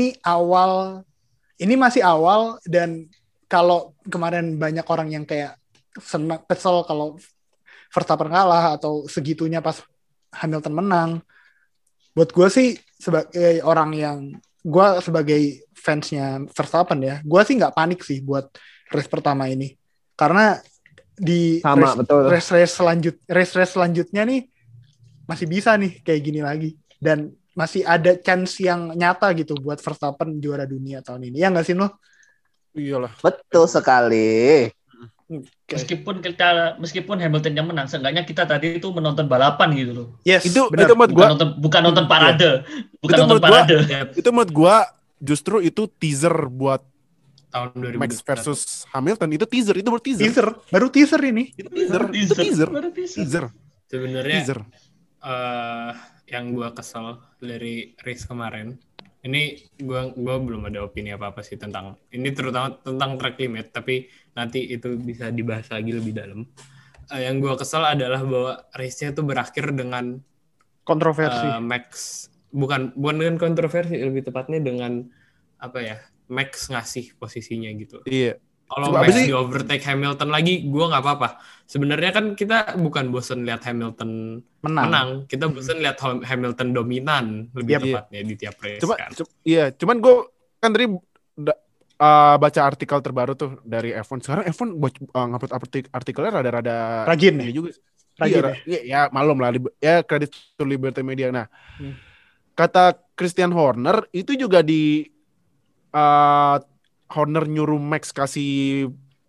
masih awal, dan kalau kemarin banyak orang yang kayak kesel kalau Verstappen kalah atau segitunya pas Hamilton menang. Buat gue sih sebagai orang yang gue sebagai fansnya Verstappen ya, gue sih nggak panik sih buat race pertama ini, karena di race selanjutnya nih masih bisa nih kayak gini lagi, dan masih ada chance yang nyata gitu buat Verstappen juara dunia tahun ini. Ya nggak sih, Nuh? Iyalah. Betul sekali. Meskipun Hamilton yang menang, seenggaknya kita tadi itu menonton balapan gitu loh. Yes, itu menurut gua bukan nonton parade. Bukan nonton parade. Itu menurut gua justru itu teaser buat tahun 2021. Max versus Hamilton. Itu teaser, itu baru teaser ini. Itu teaser. Sebenarnya yang gue kesel dari race kemarin, ini gue belum ada opini apa sih tentang ini, terutama tentang track limit, tapi nanti itu bisa dibahas lagi lebih dalam. Yang gue kesel adalah bahwa race-nya itu berakhir dengan kontroversi. Max bukan dengan kontroversi, lebih tepatnya dengan Max ngasih posisinya gitu. Iya. Kalau Max di overtake Hamilton lagi, gue nggak apa-apa. Sebenarnya kan kita bukan bosen lihat Hamilton menang. Kita bosen lihat Hamilton dominan lebih tepatnya di tiap race. Cuman gue kan tadi baca artikel terbaru tuh dari F1. Sekarang F1 ngupload artikelnya rada-rada rajin ya juga. Rajin ya malum lah. Ya credit to Liberty Media. Nah, kata Christian Horner itu juga di Horner nyuruh Max kasih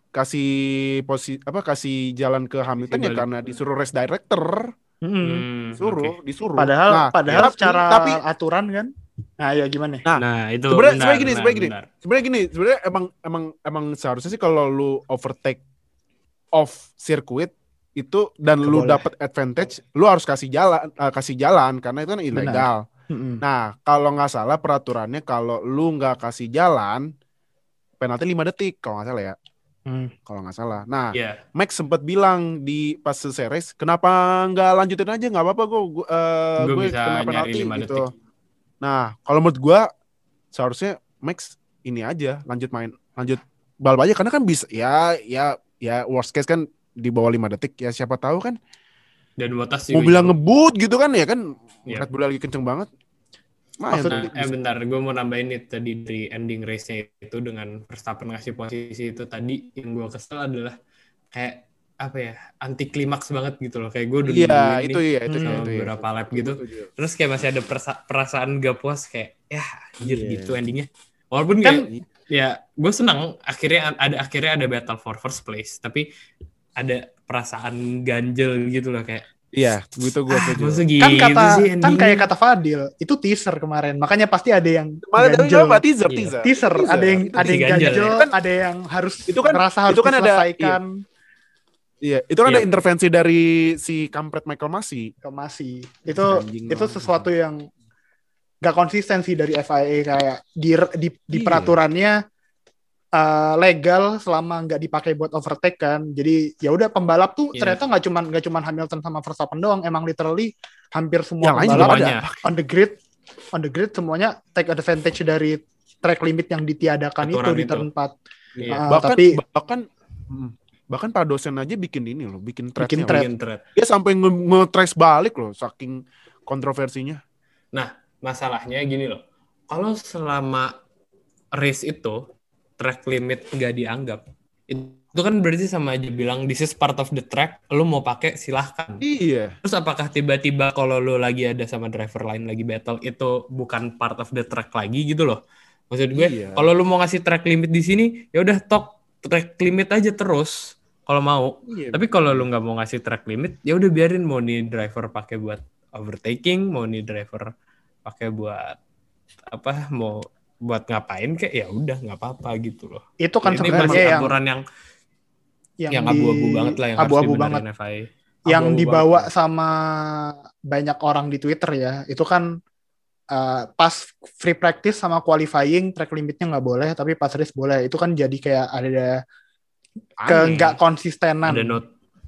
kasih jalan ke Hamilton ya karena disuruh race director. Disuruh. Padahal secara aturan kan. Nah, ya gimana? Nah itu sebenarnya gini. Sebenarnya emang seharusnya sih kalau lu overtake off circuit itu dan lu dapat advantage, lu harus kasih jalan karena itu kan ilegal. Nah, kalau nggak salah peraturannya kalau lu nggak kasih jalan penalti 5 detik kalau nggak salah ya. Kalau nggak salah. Nah, Max sempat bilang di pas selesai race, kenapa nggak lanjutin aja, nggak apa-apa gue bisa kena penalti 5 gitu. detik. Nah, kalau menurut gue seharusnya Max ini aja lanjut balap aja karena kan bisa ya worst case kan di bawah 5 detik ya, siapa tahu kan. Dan Bottas mau bilang ngebut gitu kan ya kan. Red Bull lagi kenceng banget. Bentar, gue mau nambahin nih tadi di ending race-nya itu dengan Verstappen ngasih posisi itu tadi, yang gue kesel adalah kayak anti klimaks banget gitu loh, kayak gue udah beberapa lap gitu, terus kayak masih ada perasaan gak puas kayak gitu endingnya, walaupun kan gue senang akhirnya ada battle for first place, tapi ada perasaan ganjel gitu loh kayak. Iya, gitu gue setuju. Kan kayak kata Fadil, itu teaser kemarin, makanya pasti ada yang ganjel. Teaser, ada yang ganjel, ada yang harus merasa harus diselesaikan. Iya, itu kan ada intervensi dari si kampret Michael Masi. Itu sesuatu yang gak konsisten sih dari FIA, kayak di peraturannya legal selama nggak dipakai buat overtake kan. Jadi ya udah pembalap tuh ternyata nggak cuman Hamilton sama Verstappen doang, emang literally hampir semua pembalap ada on the grid semuanya take advantage dari track limit yang ditiadakan itu di turn 4. Bahkan Pak dosen aja bikin thread. Dia sampai nge-trace balik loh saking kontroversinya. Nah, masalahnya gini loh. Kalau selama race itu track limit nggak dianggap, itu kan berarti sama aja bilang this is part of the track, lu mau pakai silahkan. Iya. Terus apakah tiba-tiba kalau lu lagi ada sama driver lain lagi battle itu bukan part of the track lagi gitu loh? Maksud gue, kalau lu mau ngasih track limit di sini, ya udah track limit aja terus kalau mau. Tapi kalau lu nggak mau ngasih track limit, ya udah biarin, mau nih driver pakai buat overtaking, mau nih driver pakai buat mau buat ngapain kayak ya udah nggak apa-apa gitu loh. Itu kan sebenarnya aturan yang abu-abu banget lah, yang abu-abu harus banget FIA. Yang dibawa sama banyak orang di Twitter ya, itu kan pas free practice sama qualifying track limitnya nggak boleh, tapi pas race boleh. Itu kan jadi kayak ada nggak konsistenan.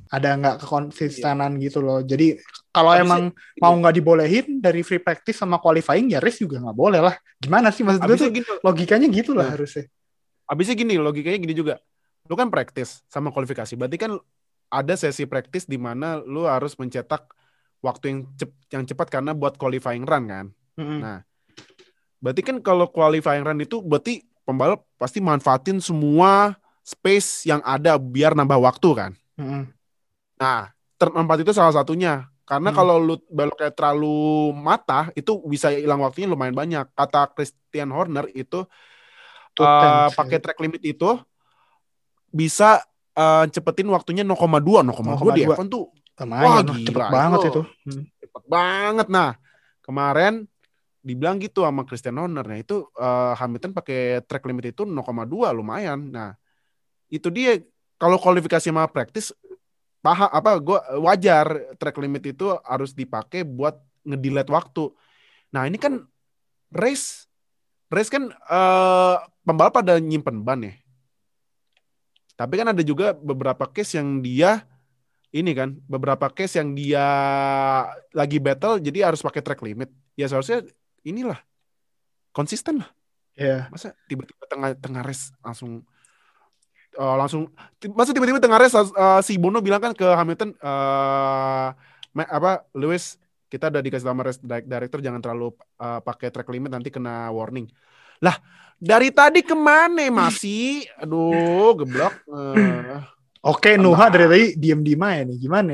ada nggak kekonsistenan gitu loh. Jadi kalau Abis emang mau nggak dibolehin dari free practice sama qualifying ya race juga nggak boleh lah. Gimana sih maksud gue tuh gini, logikanya gitu lah harusnya. Abisnya gini, logikanya gini juga. Lu kan practice sama kualifikasi. Berarti kan ada sesi practice di mana lu harus mencetak waktu yang cepat karena buat qualifying run kan. Nah, berarti kan kalau qualifying run itu berarti pembalap pasti manfaatin semua space yang ada biar nambah waktu kan. Nah, turn 4 itu salah satunya. Karena kalau lu beloknya terlalu matah, itu bisa hilang waktunya lumayan banyak. Kata Christian Horner itu pakai track limit itu bisa cepetin waktunya 0,2. 0,2 di F1 tuh. Wah, gila. Cepet banget itu. Cepet banget. Nah, kemarin dibilang gitu sama Christian Horner. Nah, itu Hamilton pakai track limit itu 0,2 lumayan. Nah, itu dia kalau kualifikasi sama practice gue wajar track limit itu harus dipakai buat ngedelete waktu. Nah, ini kan race kan pembalap pada nyimpen ban ya. Tapi kan ada juga beberapa case yang dia lagi battle jadi harus pakai track limit. Ya seharusnya inilah konsisten lah. Iya. Masa tiba-tiba tengah race masa tiba-tiba tengah race si Bono bilang kan ke Hamilton Lewis, kita udah dikasih sama race director jangan terlalu pakai track limit nanti kena warning. Lah, dari tadi kemana masih? Aduh, geblok. Oke, Nuha dari tadi diem-diem aja nih. Gimana?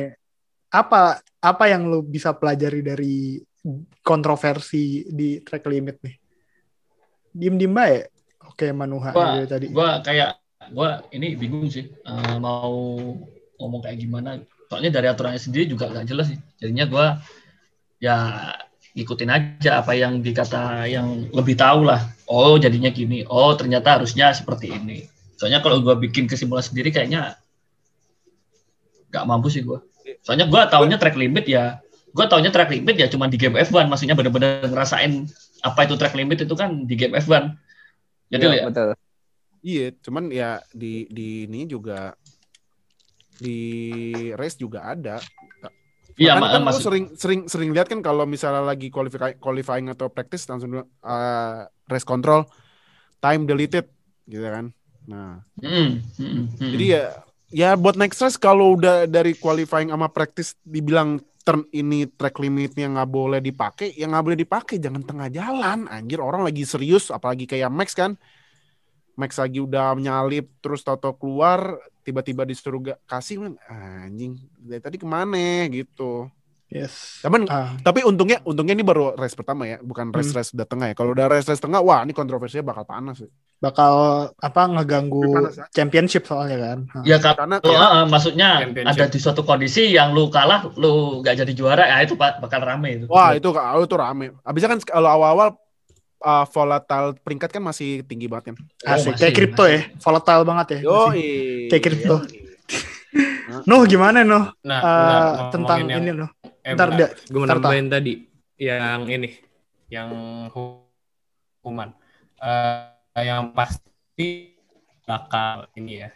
Apa yang lu bisa pelajari dari kontroversi di track limit nih? Diem-diem aja. Oke, Manuha dari tadi. Gue ini bingung sih mau ngomong kayak gimana. Soalnya dari aturannya sendiri juga gak jelas sih. Jadinya gue ya ikutin aja apa yang dikata yang lebih tahu lah. Oh jadinya gini. Oh ternyata harusnya seperti ini. Soalnya kalau gue bikin kesimpulan sendiri kayaknya gak mampu sih gue. Soalnya gue taunya track limit ya. Gue taunya track limit ya cuma di game F1. Maksudnya bener-bener ngerasain apa itu track limit itu kan di game F1. Jadi ya. Betul. Iya, cuman ya di ini juga di race juga ada. Iya, kan lu sering lihat kan kalau misalnya lagi qualifying atau practice langsung race control time deleted gitu kan. Nah. Jadi ya buat next race kalau udah dari qualifying sama practice dibilang turn ini track limitnya nggak boleh dipakai, ya nggak boleh dipakai, jangan tengah jalan. Anjir, orang lagi serius, apalagi kayak Max kan. Max lagi udah menyalip terus tato keluar tiba-tiba disuruh kasih anjing dari tadi kemana gitu. Yes. Tapi untungnya ini baru race pertama ya, bukan race udah tengah ya. Kalau udah race tengah, wah ini kontroversinya bakal panas sih. Bakal ngeganggu championship soalnya kan. Ya karena maksudnya ada di suatu kondisi yang lu kalah, lu nggak jadi juara, ya itu bakal rame itu. Wah itu rame. Abisnya kan kalau awal-awal volatile peringkat kan masih tinggi banget kan. Asik. Kayak kripto ya, volatile banget ya. Kayak kripto. Nuh gimana Nuh? Tentang ini Nuh. Gue mau nambahin tadi yang ini, yang hukuman. Yang pasti bakal ini ya,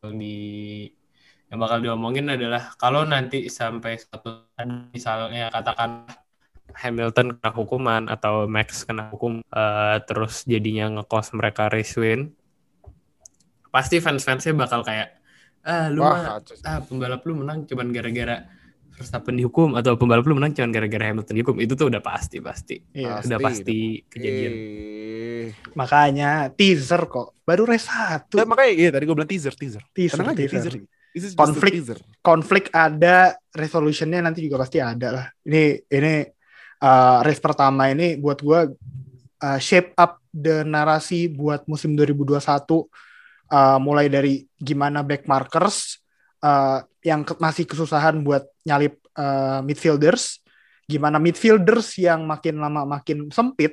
yang bakal diomongin adalah kalau nanti sampai satu misalnya katakan Hamilton kena hukuman atau Max kena hukum terus jadinya nge-cost mereka race win, pasti fans-fansnya bakal kayak pembalap lu menang cuman gara-gara Verstappen dihukum atau pembalap lu menang cuman gara-gara Hamilton dihukum. Itu tuh udah pasti iya, udah pasti kejadian. Makanya teaser kok baru race 1. Makanya iya tadi gue bilang teaser. Tenang aja teaser. Konflik ada, resolutionnya nanti juga pasti ada lah. Ini race pertama ini buat gue shape up the narasi buat musim 2021, mulai dari gimana back markers yang masih kesusahan buat nyalip midfielders, gimana midfielders yang makin lama makin sempit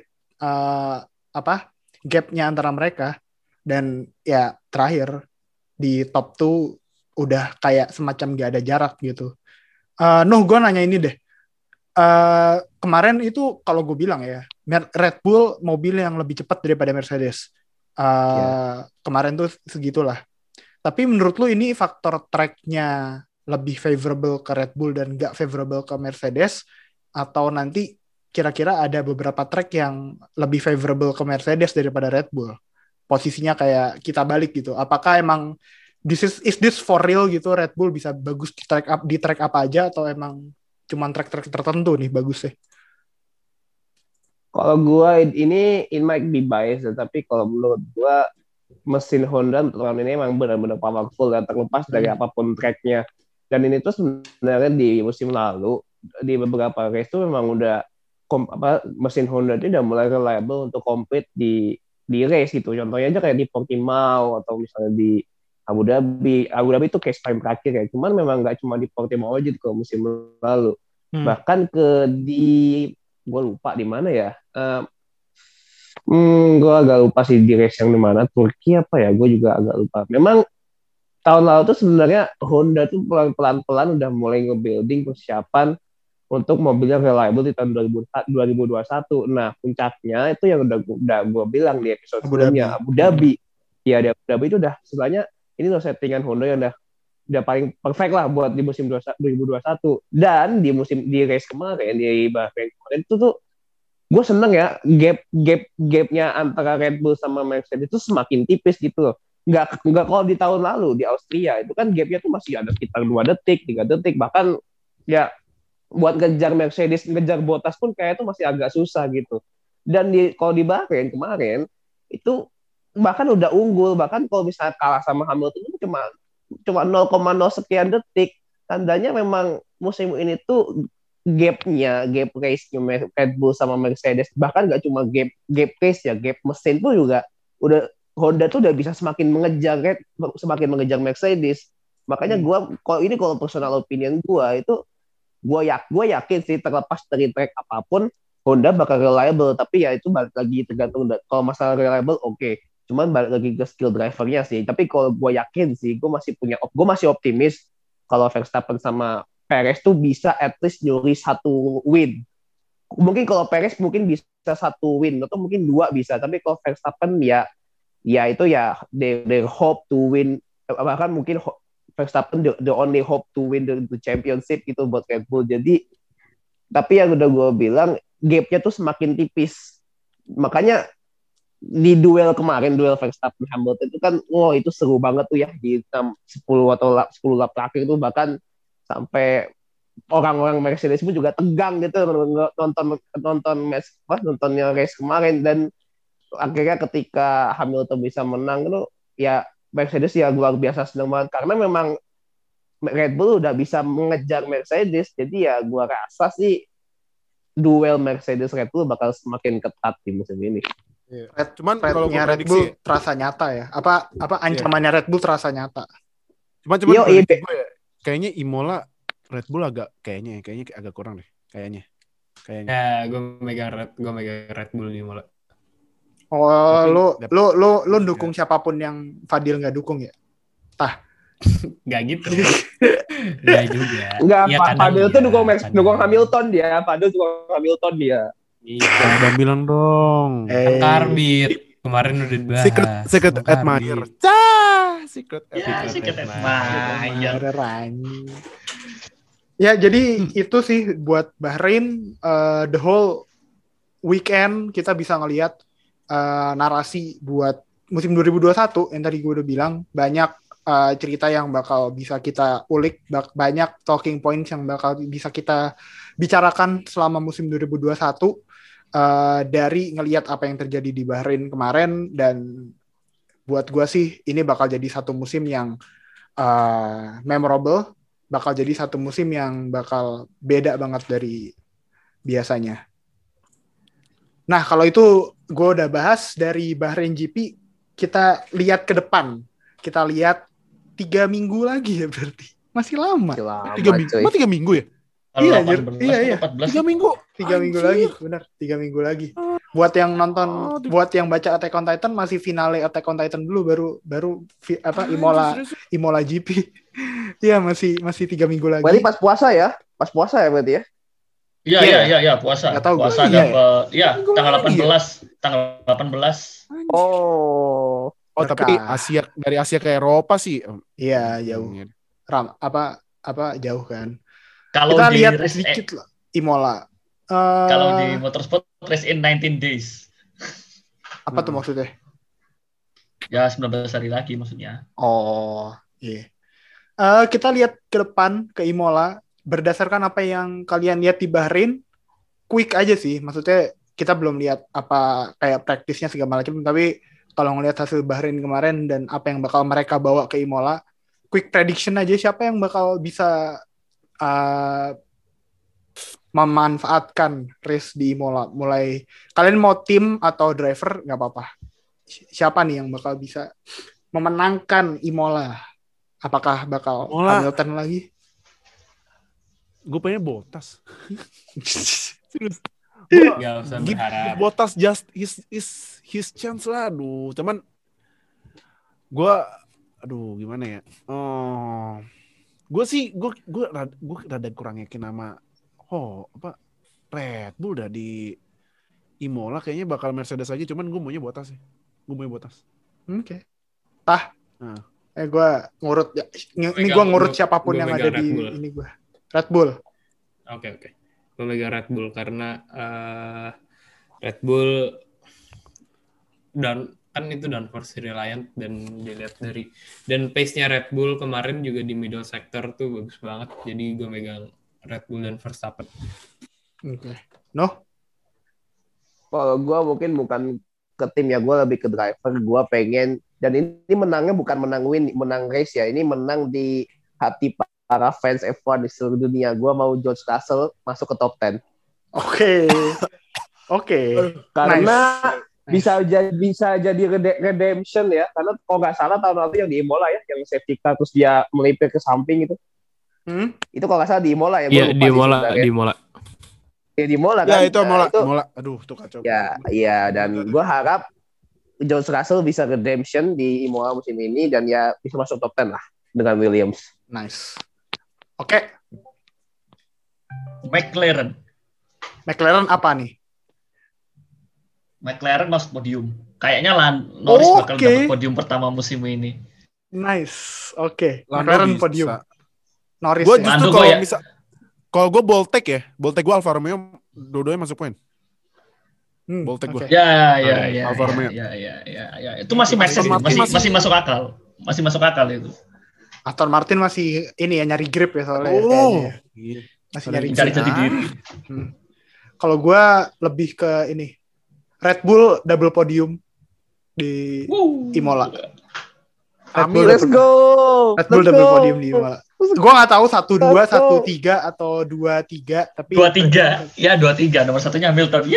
gapnya antara mereka, dan ya terakhir di top 2 udah kayak semacam gak ada jarak gitu. Gue nanya ini deh. Kemarin itu kalau gue bilang ya, Red Bull mobil yang lebih cepat daripada Mercedes. Kemarin tuh segitulah. Tapi menurut lu ini faktor tracknya lebih favorable ke Red Bull dan nggak favorable ke Mercedes, atau nanti kira-kira ada beberapa track yang lebih favorable ke Mercedes daripada Red Bull. Posisinya kayak kita balik gitu. Apakah emang is this for real gitu, Red Bull bisa bagus di track apa aja, atau emang cuman track-track tertentu nih bagusnya? Kalau gua ini it might be biased, tapi kalau menurut gua mesin Honda tahun ini emang benar-benar powerful dan terlepas dari apapun tracknya. Dan ini tuh sebenarnya di musim lalu di beberapa race tuh memang udah mesin Honda itu udah mulai reliable untuk compete di race gitu. Contohnya aja kayak di Portimao atau misalnya di Abu Dhabi. Abu Dhabi itu case time terakhir ya. Cuman memang nggak cuma di Portimao aja kalau musim lalu. Bahkan gue lupa di mana ya. Gue agak lupa sih di race yang di mana, Turki apa ya, gue juga agak lupa. Memang tahun lalu tuh sebenarnya Honda tuh pelan-pelan udah mulai nge-building persiapan untuk mobil yang reliable di tahun 2021. Nah, puncaknya itu yang udah gue bilang di episode sebelumnya, Abu Dhabi. Ya, di Abu Dhabi itu udah sebenarnya ini loh settingan Honda yang udah paling perfect lah buat di musim 2021. Dan di race kemarin, di Bahrain kemarin itu tuh gue seneng ya, gapnya antara Red Bull sama Mercedes itu semakin tipis gitu loh. Nggak kalau di tahun lalu di Austria itu kan gapnya tuh masih ada sekitar 2 detik, 3 detik, bahkan ya buat ngejar Mercedes, ngejar Bottas pun kayak itu masih agak susah gitu. Dan kalau di Bahrain kemarin itu bahkan udah unggul, bahkan kalau misalnya kalah sama Hamilton itu cuma 0,0 sekian detik. Tandanya memang musim ini tuh gap race-nya Red Bull sama Mercedes, bahkan nggak cuma gap race ya, gap mesin pun juga udah Honda tuh udah bisa semakin mengejar Mercedes. Makanya kalau personal opinion gue yakin sih terlepas dari track apapun Honda bakal reliable, tapi ya itu balik lagi tergantung. Kalau masalah reliable oke. Cuman balik lagi ke skill drivernya sih. Tapi kalau gue yakin sih, gue masih optimis kalau Verstappen sama Perez tuh bisa at least nyuri 1 win. Mungkin kalau Perez mungkin bisa 1 win atau mungkin 2 bisa. Tapi kalau Verstappen ya itu ya they hope to win. Bahkan mungkin Verstappen the only hope to win the championship itu buat Red Bull. Jadi tapi yang udah gue bilang gapnya tuh semakin tipis. Makanya di duel kemarin, duel Verstappen Hamilton itu kan, itu seru banget tuh ya di 10 lap terakhir itu, bahkan sampai orang-orang Mercedes pun juga tegang gitu nontonnya race kemarin. Dan akhirnya ketika Hamilton bisa menang itu ya Mercedes ya luar biasa senang banget karena memang Red Bull udah bisa mengejar Mercedes. Jadi ya gua rasa sih duel Mercedes Red Bull bakal semakin ketat di musim ini. Cuman kalau Red Bull terasa nyata ya. Apa ancamannya Red Bull terasa nyata. Cuman kayaknya Imola Red Bull kayaknya agak kurang deh. Kayaknya. Ya, gue megang Red Bull nih Imola. Oh, lu dukung siapapun yang Fadil nggak dukung ya? Nggak gitu. Nggak juga. Nggak, ya, Fadil tuh dukung Hamilton dia. Fadil dukung Hamilton dia. Iya. Udah bilang dong. Kan Karbit. Kemarin udah dibahas. Secret admirer. Secret admirer. Ya, jadi itu sih buat Bahrain, the whole weekend kita bisa ngelihat narasi buat musim 2021 yang tadi gue udah bilang, banyak cerita yang bakal bisa kita ulik, banyak talking points yang bakal bisa kita bicarakan selama musim 2021 dari ngelihat apa yang terjadi di Bahrain kemarin. Dan buat gue sih ini bakal jadi satu musim yang memorable, bakal jadi satu musim yang bakal beda banget dari biasanya. Nah, kalau itu gue udah bahas dari Bahrain GP, kita lihat ke depan. Kita lihat 3 minggu lagi ya berarti. Masih lama. 3 minggu ya? Iya, 3 minggu. 3 minggu lagi, benar. 3 minggu lagi. Buat yang nonton, buat yang baca Attack on Titan, masih finale Attack on Titan dulu, baru Imola GP. Iya, masih 3 minggu lagi. Berarti pas puasa ya berarti ya? Iya, puasa. Nggak tahu puasa tanggal 18. Oh, tapi dari Asia ke Eropa sih. Iya, jauh. jauh kan. Kalau Kita di lihat race sedikit lah Imola. kalau di motorsport race in 19 days. Apa tuh maksudnya? Ya 19 hari lagi maksudnya. Oh, iya. Kita lihat ke depan ke Imola berdasarkan apa yang kalian lihat di Bahrain, quick aja sih. Maksudnya kita belum lihat apa kayak praktisnya segala macam, tapi kalau ngelihat hasil Bahrain kemarin dan apa yang bakal mereka bawa ke Imola, quick prediction aja siapa yang bakal bisa memanfaatkan race di Imola. Mulai kalian mau tim atau driver nggak apa-apa. Siapa nih yang bakal bisa memenangkan Imola? Apakah bakal Imola. Hamilton lagi? Gue pengen Bottas. Serius. Gak usah berharap. Bottas just his chance lah. Aduh, cuman gue gimana ya? Gue rada kurang yakin sama Red Bull udah di Imola kayaknya bakal Mercedes aja, cuman gue maunya Bottas sih. Oke. Gue ngurut ya. Ini gue ngurut siapapun yang ada di ini gue. Red Bull. Oke. Gue megang Red Bull karena Red Bull kan itu downforce reliant dan dilihat dari dan pace-nya Red Bull kemarin juga di middle sector tuh bagus banget. Jadi gue megang Red Bull dan Verstappen. Oke. No? Kalau gue mungkin bukan ke tim ya, gue lebih ke driver. Gue pengen, dan ini menangnya bukan menang race ya, ini menang di hati para fans F1 di seluruh dunia. Gue mau George Russell masuk ke top 10. Oke. Karena bisa jadi redemption ya, karena kalau nggak salah tahun lalu yang di Imola ya, yang safety car terus dia melipir ke samping itu. Itu kalau nggak salah di Imola ya. Iya, di Imola. Ya, di Imola kan? Ya, itu Imola. Aduh, tuh kacau. Ya, dan gue harap George Russell bisa redemption di Imola musim ini dan ya bisa masuk top 10 lah dengan Williams. Nice. Oke. McLaren apa nih? McLaren masuk podium. Kayaknya Norris bakal dapat podium pertama musim ini. Nice. Oke. McLaren podium. Norris. Gue justru kalau gue Boltec gue Alfa Romeo dua-duanya masuk poin. Boltec gue. Ya. Alfa Romeo. Ya. Itu masih masuk akal. Masih masuk akal itu. Aston Martin masih ini ya nyari grip ya soalnya. Masih nyari jati diri. Kalau gue lebih ke ini. Red Bull double podium di Imola. Let's go. Red Bull double podium di Imola. Gue nggak tahu 1-2, 1-3 atau 2-3, tapi 2-3. Ya 2-3. Nomor satunya Hamilton.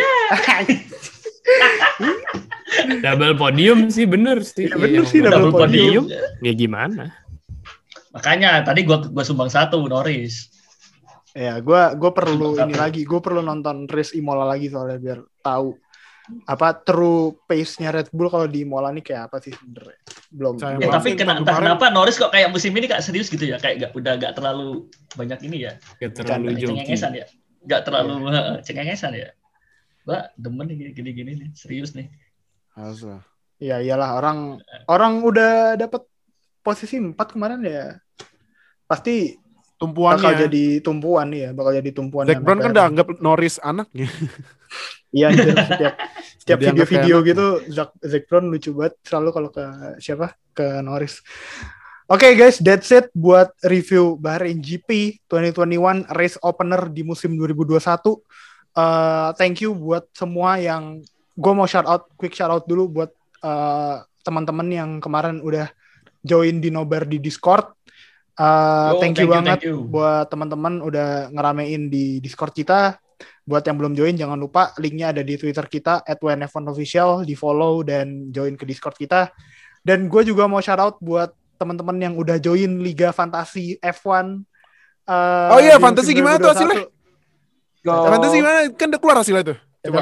Double podium sih bener sih. Ya, bener sih double podium. Ya gimana? Makanya tadi gue sumbang 1 Norris. Ya gue perlu ini lagi. Gue perlu nonton race Imola lagi soalnya biar tahu apa true pace-nya Red Bull kalau di Imola nih kayak apa sih sebenarnya. Belum. Tapi kenapa Norris kok kayak musim ini kayak serius gitu ya? Kayak udah gak terlalu banyak ini ya. Gak terlalu cengengesan ya. Gak terlalu cengengesan ya. Mbak, demen nih gini-gini nih, serius nih. Harus lah. Ya iyalah orang udah dapat posisi 4 kemarin ya. Pasti bakal jadi tumpuan. Zac Brown kan udah anggap Norris anaknya. Iya, setiap video-video gitu Zac Brown lucu banget selalu kalau ke Norris. Oke, guys, that's it buat review Bahrain GP 2021 race opener di musim 2021. Thank you buat semua yang gue mau quick shout out dulu buat teman-teman yang kemarin udah join di Nobar di Discord. Thank you banget buat teman-teman udah ngeramein di Discord kita. Buat yang belum join, jangan lupa linknya ada di Twitter kita @WNF1Official, di follow dan join ke Discord kita. Dan gue juga mau shout out buat teman-teman yang udah join Liga Fantasi F1. Fantasi gimana tuh hasilnya? Fantasi gimana? Kan udah keluar hasilnya tuh. Coba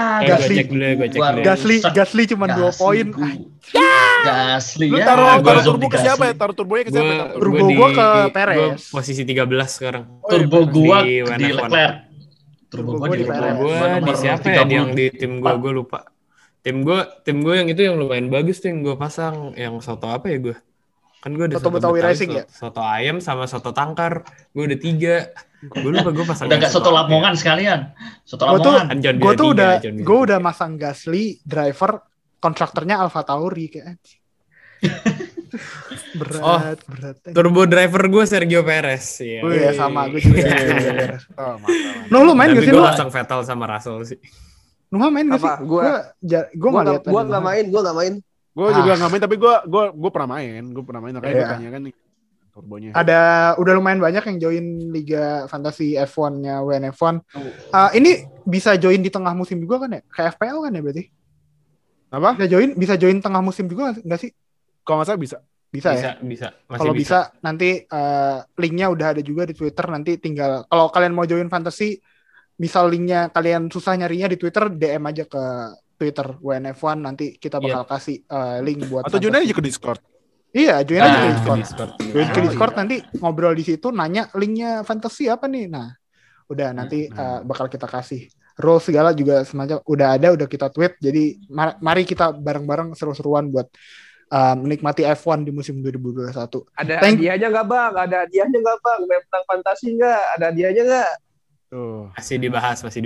Gasly cuma 2 poin. Gasly ya. Taruh turbo ke siapa ya? Taruh turbonya ke siapa? Turbo gue ke Perez. Gue posisi 13 sekarang. Turbo gue di Leclerc. Turbo gue di siapa ya yang di tim gue lupa. Tim gue yang itu yang lumayan bagus tuh yang gue pasang, yang soto apa ya gue. Kan gue udah Soto Betawi Racing ya? Soto ayam sama soto tangkar. Gue udah 3. Gue lupa gue pasang. Udah gak soto Lamongan sekalian. Soto Lamongan. Gue udah masang Gasly, driver, kontraktornya Alfa Tauri kayak. berat. Turbo driver gue Sergio Perez. Iya sama gue juga. Lu main gak sih lu? Gue pasang Vettel sama Russell sih. Lu main gak sih? Gue nggak main. Gue juga nggak main, tapi gue pernah main. Makanya gue tanya kan nih turbonya. Udah lumayan banyak yang join Liga Fantasy F1-nya WNF1. Ini bisa join di tengah musim juga kan ya? Kayak FPL kan ya berarti? Apa? Bisa join tengah musim juga nggak sih? Kalau nggak salah bisa. Bisa. Kalau bisa nanti linknya udah ada juga di Twitter. Nanti tinggal kalau kalian mau join Fantasy, misal linknya kalian susah nyarinya di Twitter, DM aja ke Twitter WNF1, nanti kita bakal kasih link buat atau join aja ke Discord. Iya, join aja ke Discord. Join ke Discord nanti ngobrol di situ, nanya linknya Fantasy apa nih. Nah, udah nanti bakal kita kasih. Role segala juga semacam udah kita tweet. Jadi mari kita bareng-bareng seru-seruan buat menikmati F1 di musim 2021. Ada hadiahnya nggak bang? Main tentang fantasi nggak? Ada hadiahnya nggak? Masih dibahas. Masih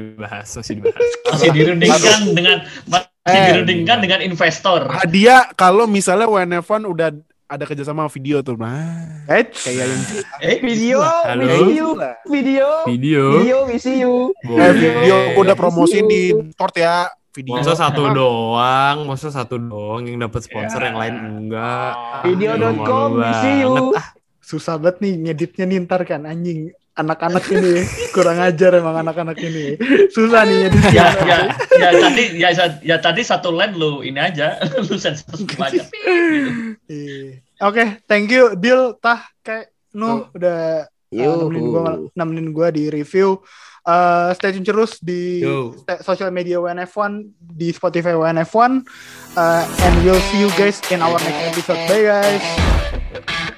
dirundingkan dengan investor. Hadiah kalau misalnya WNF1 udah ada kerjasama video tuh, kayak yang video, VCU. Video udah promosiin di Discord ya. Video. Masa satu doang yang dapat sponsor, yang lain enggak. Video.com VCU. Susah banget nih ngeditnya nih ntar kan anjing. Anak-anak ini kurang ajar emang anak-anak ini. Susah nih ya tadi satu line lu ini aja lu sensor banyak. Oke, thank you Dil, Tah, kayak udah nemenin gue di review. Stay tune terus di social media WNF1, di Spotify WNF1, and we'll see you guys in our next episode. Bye guys.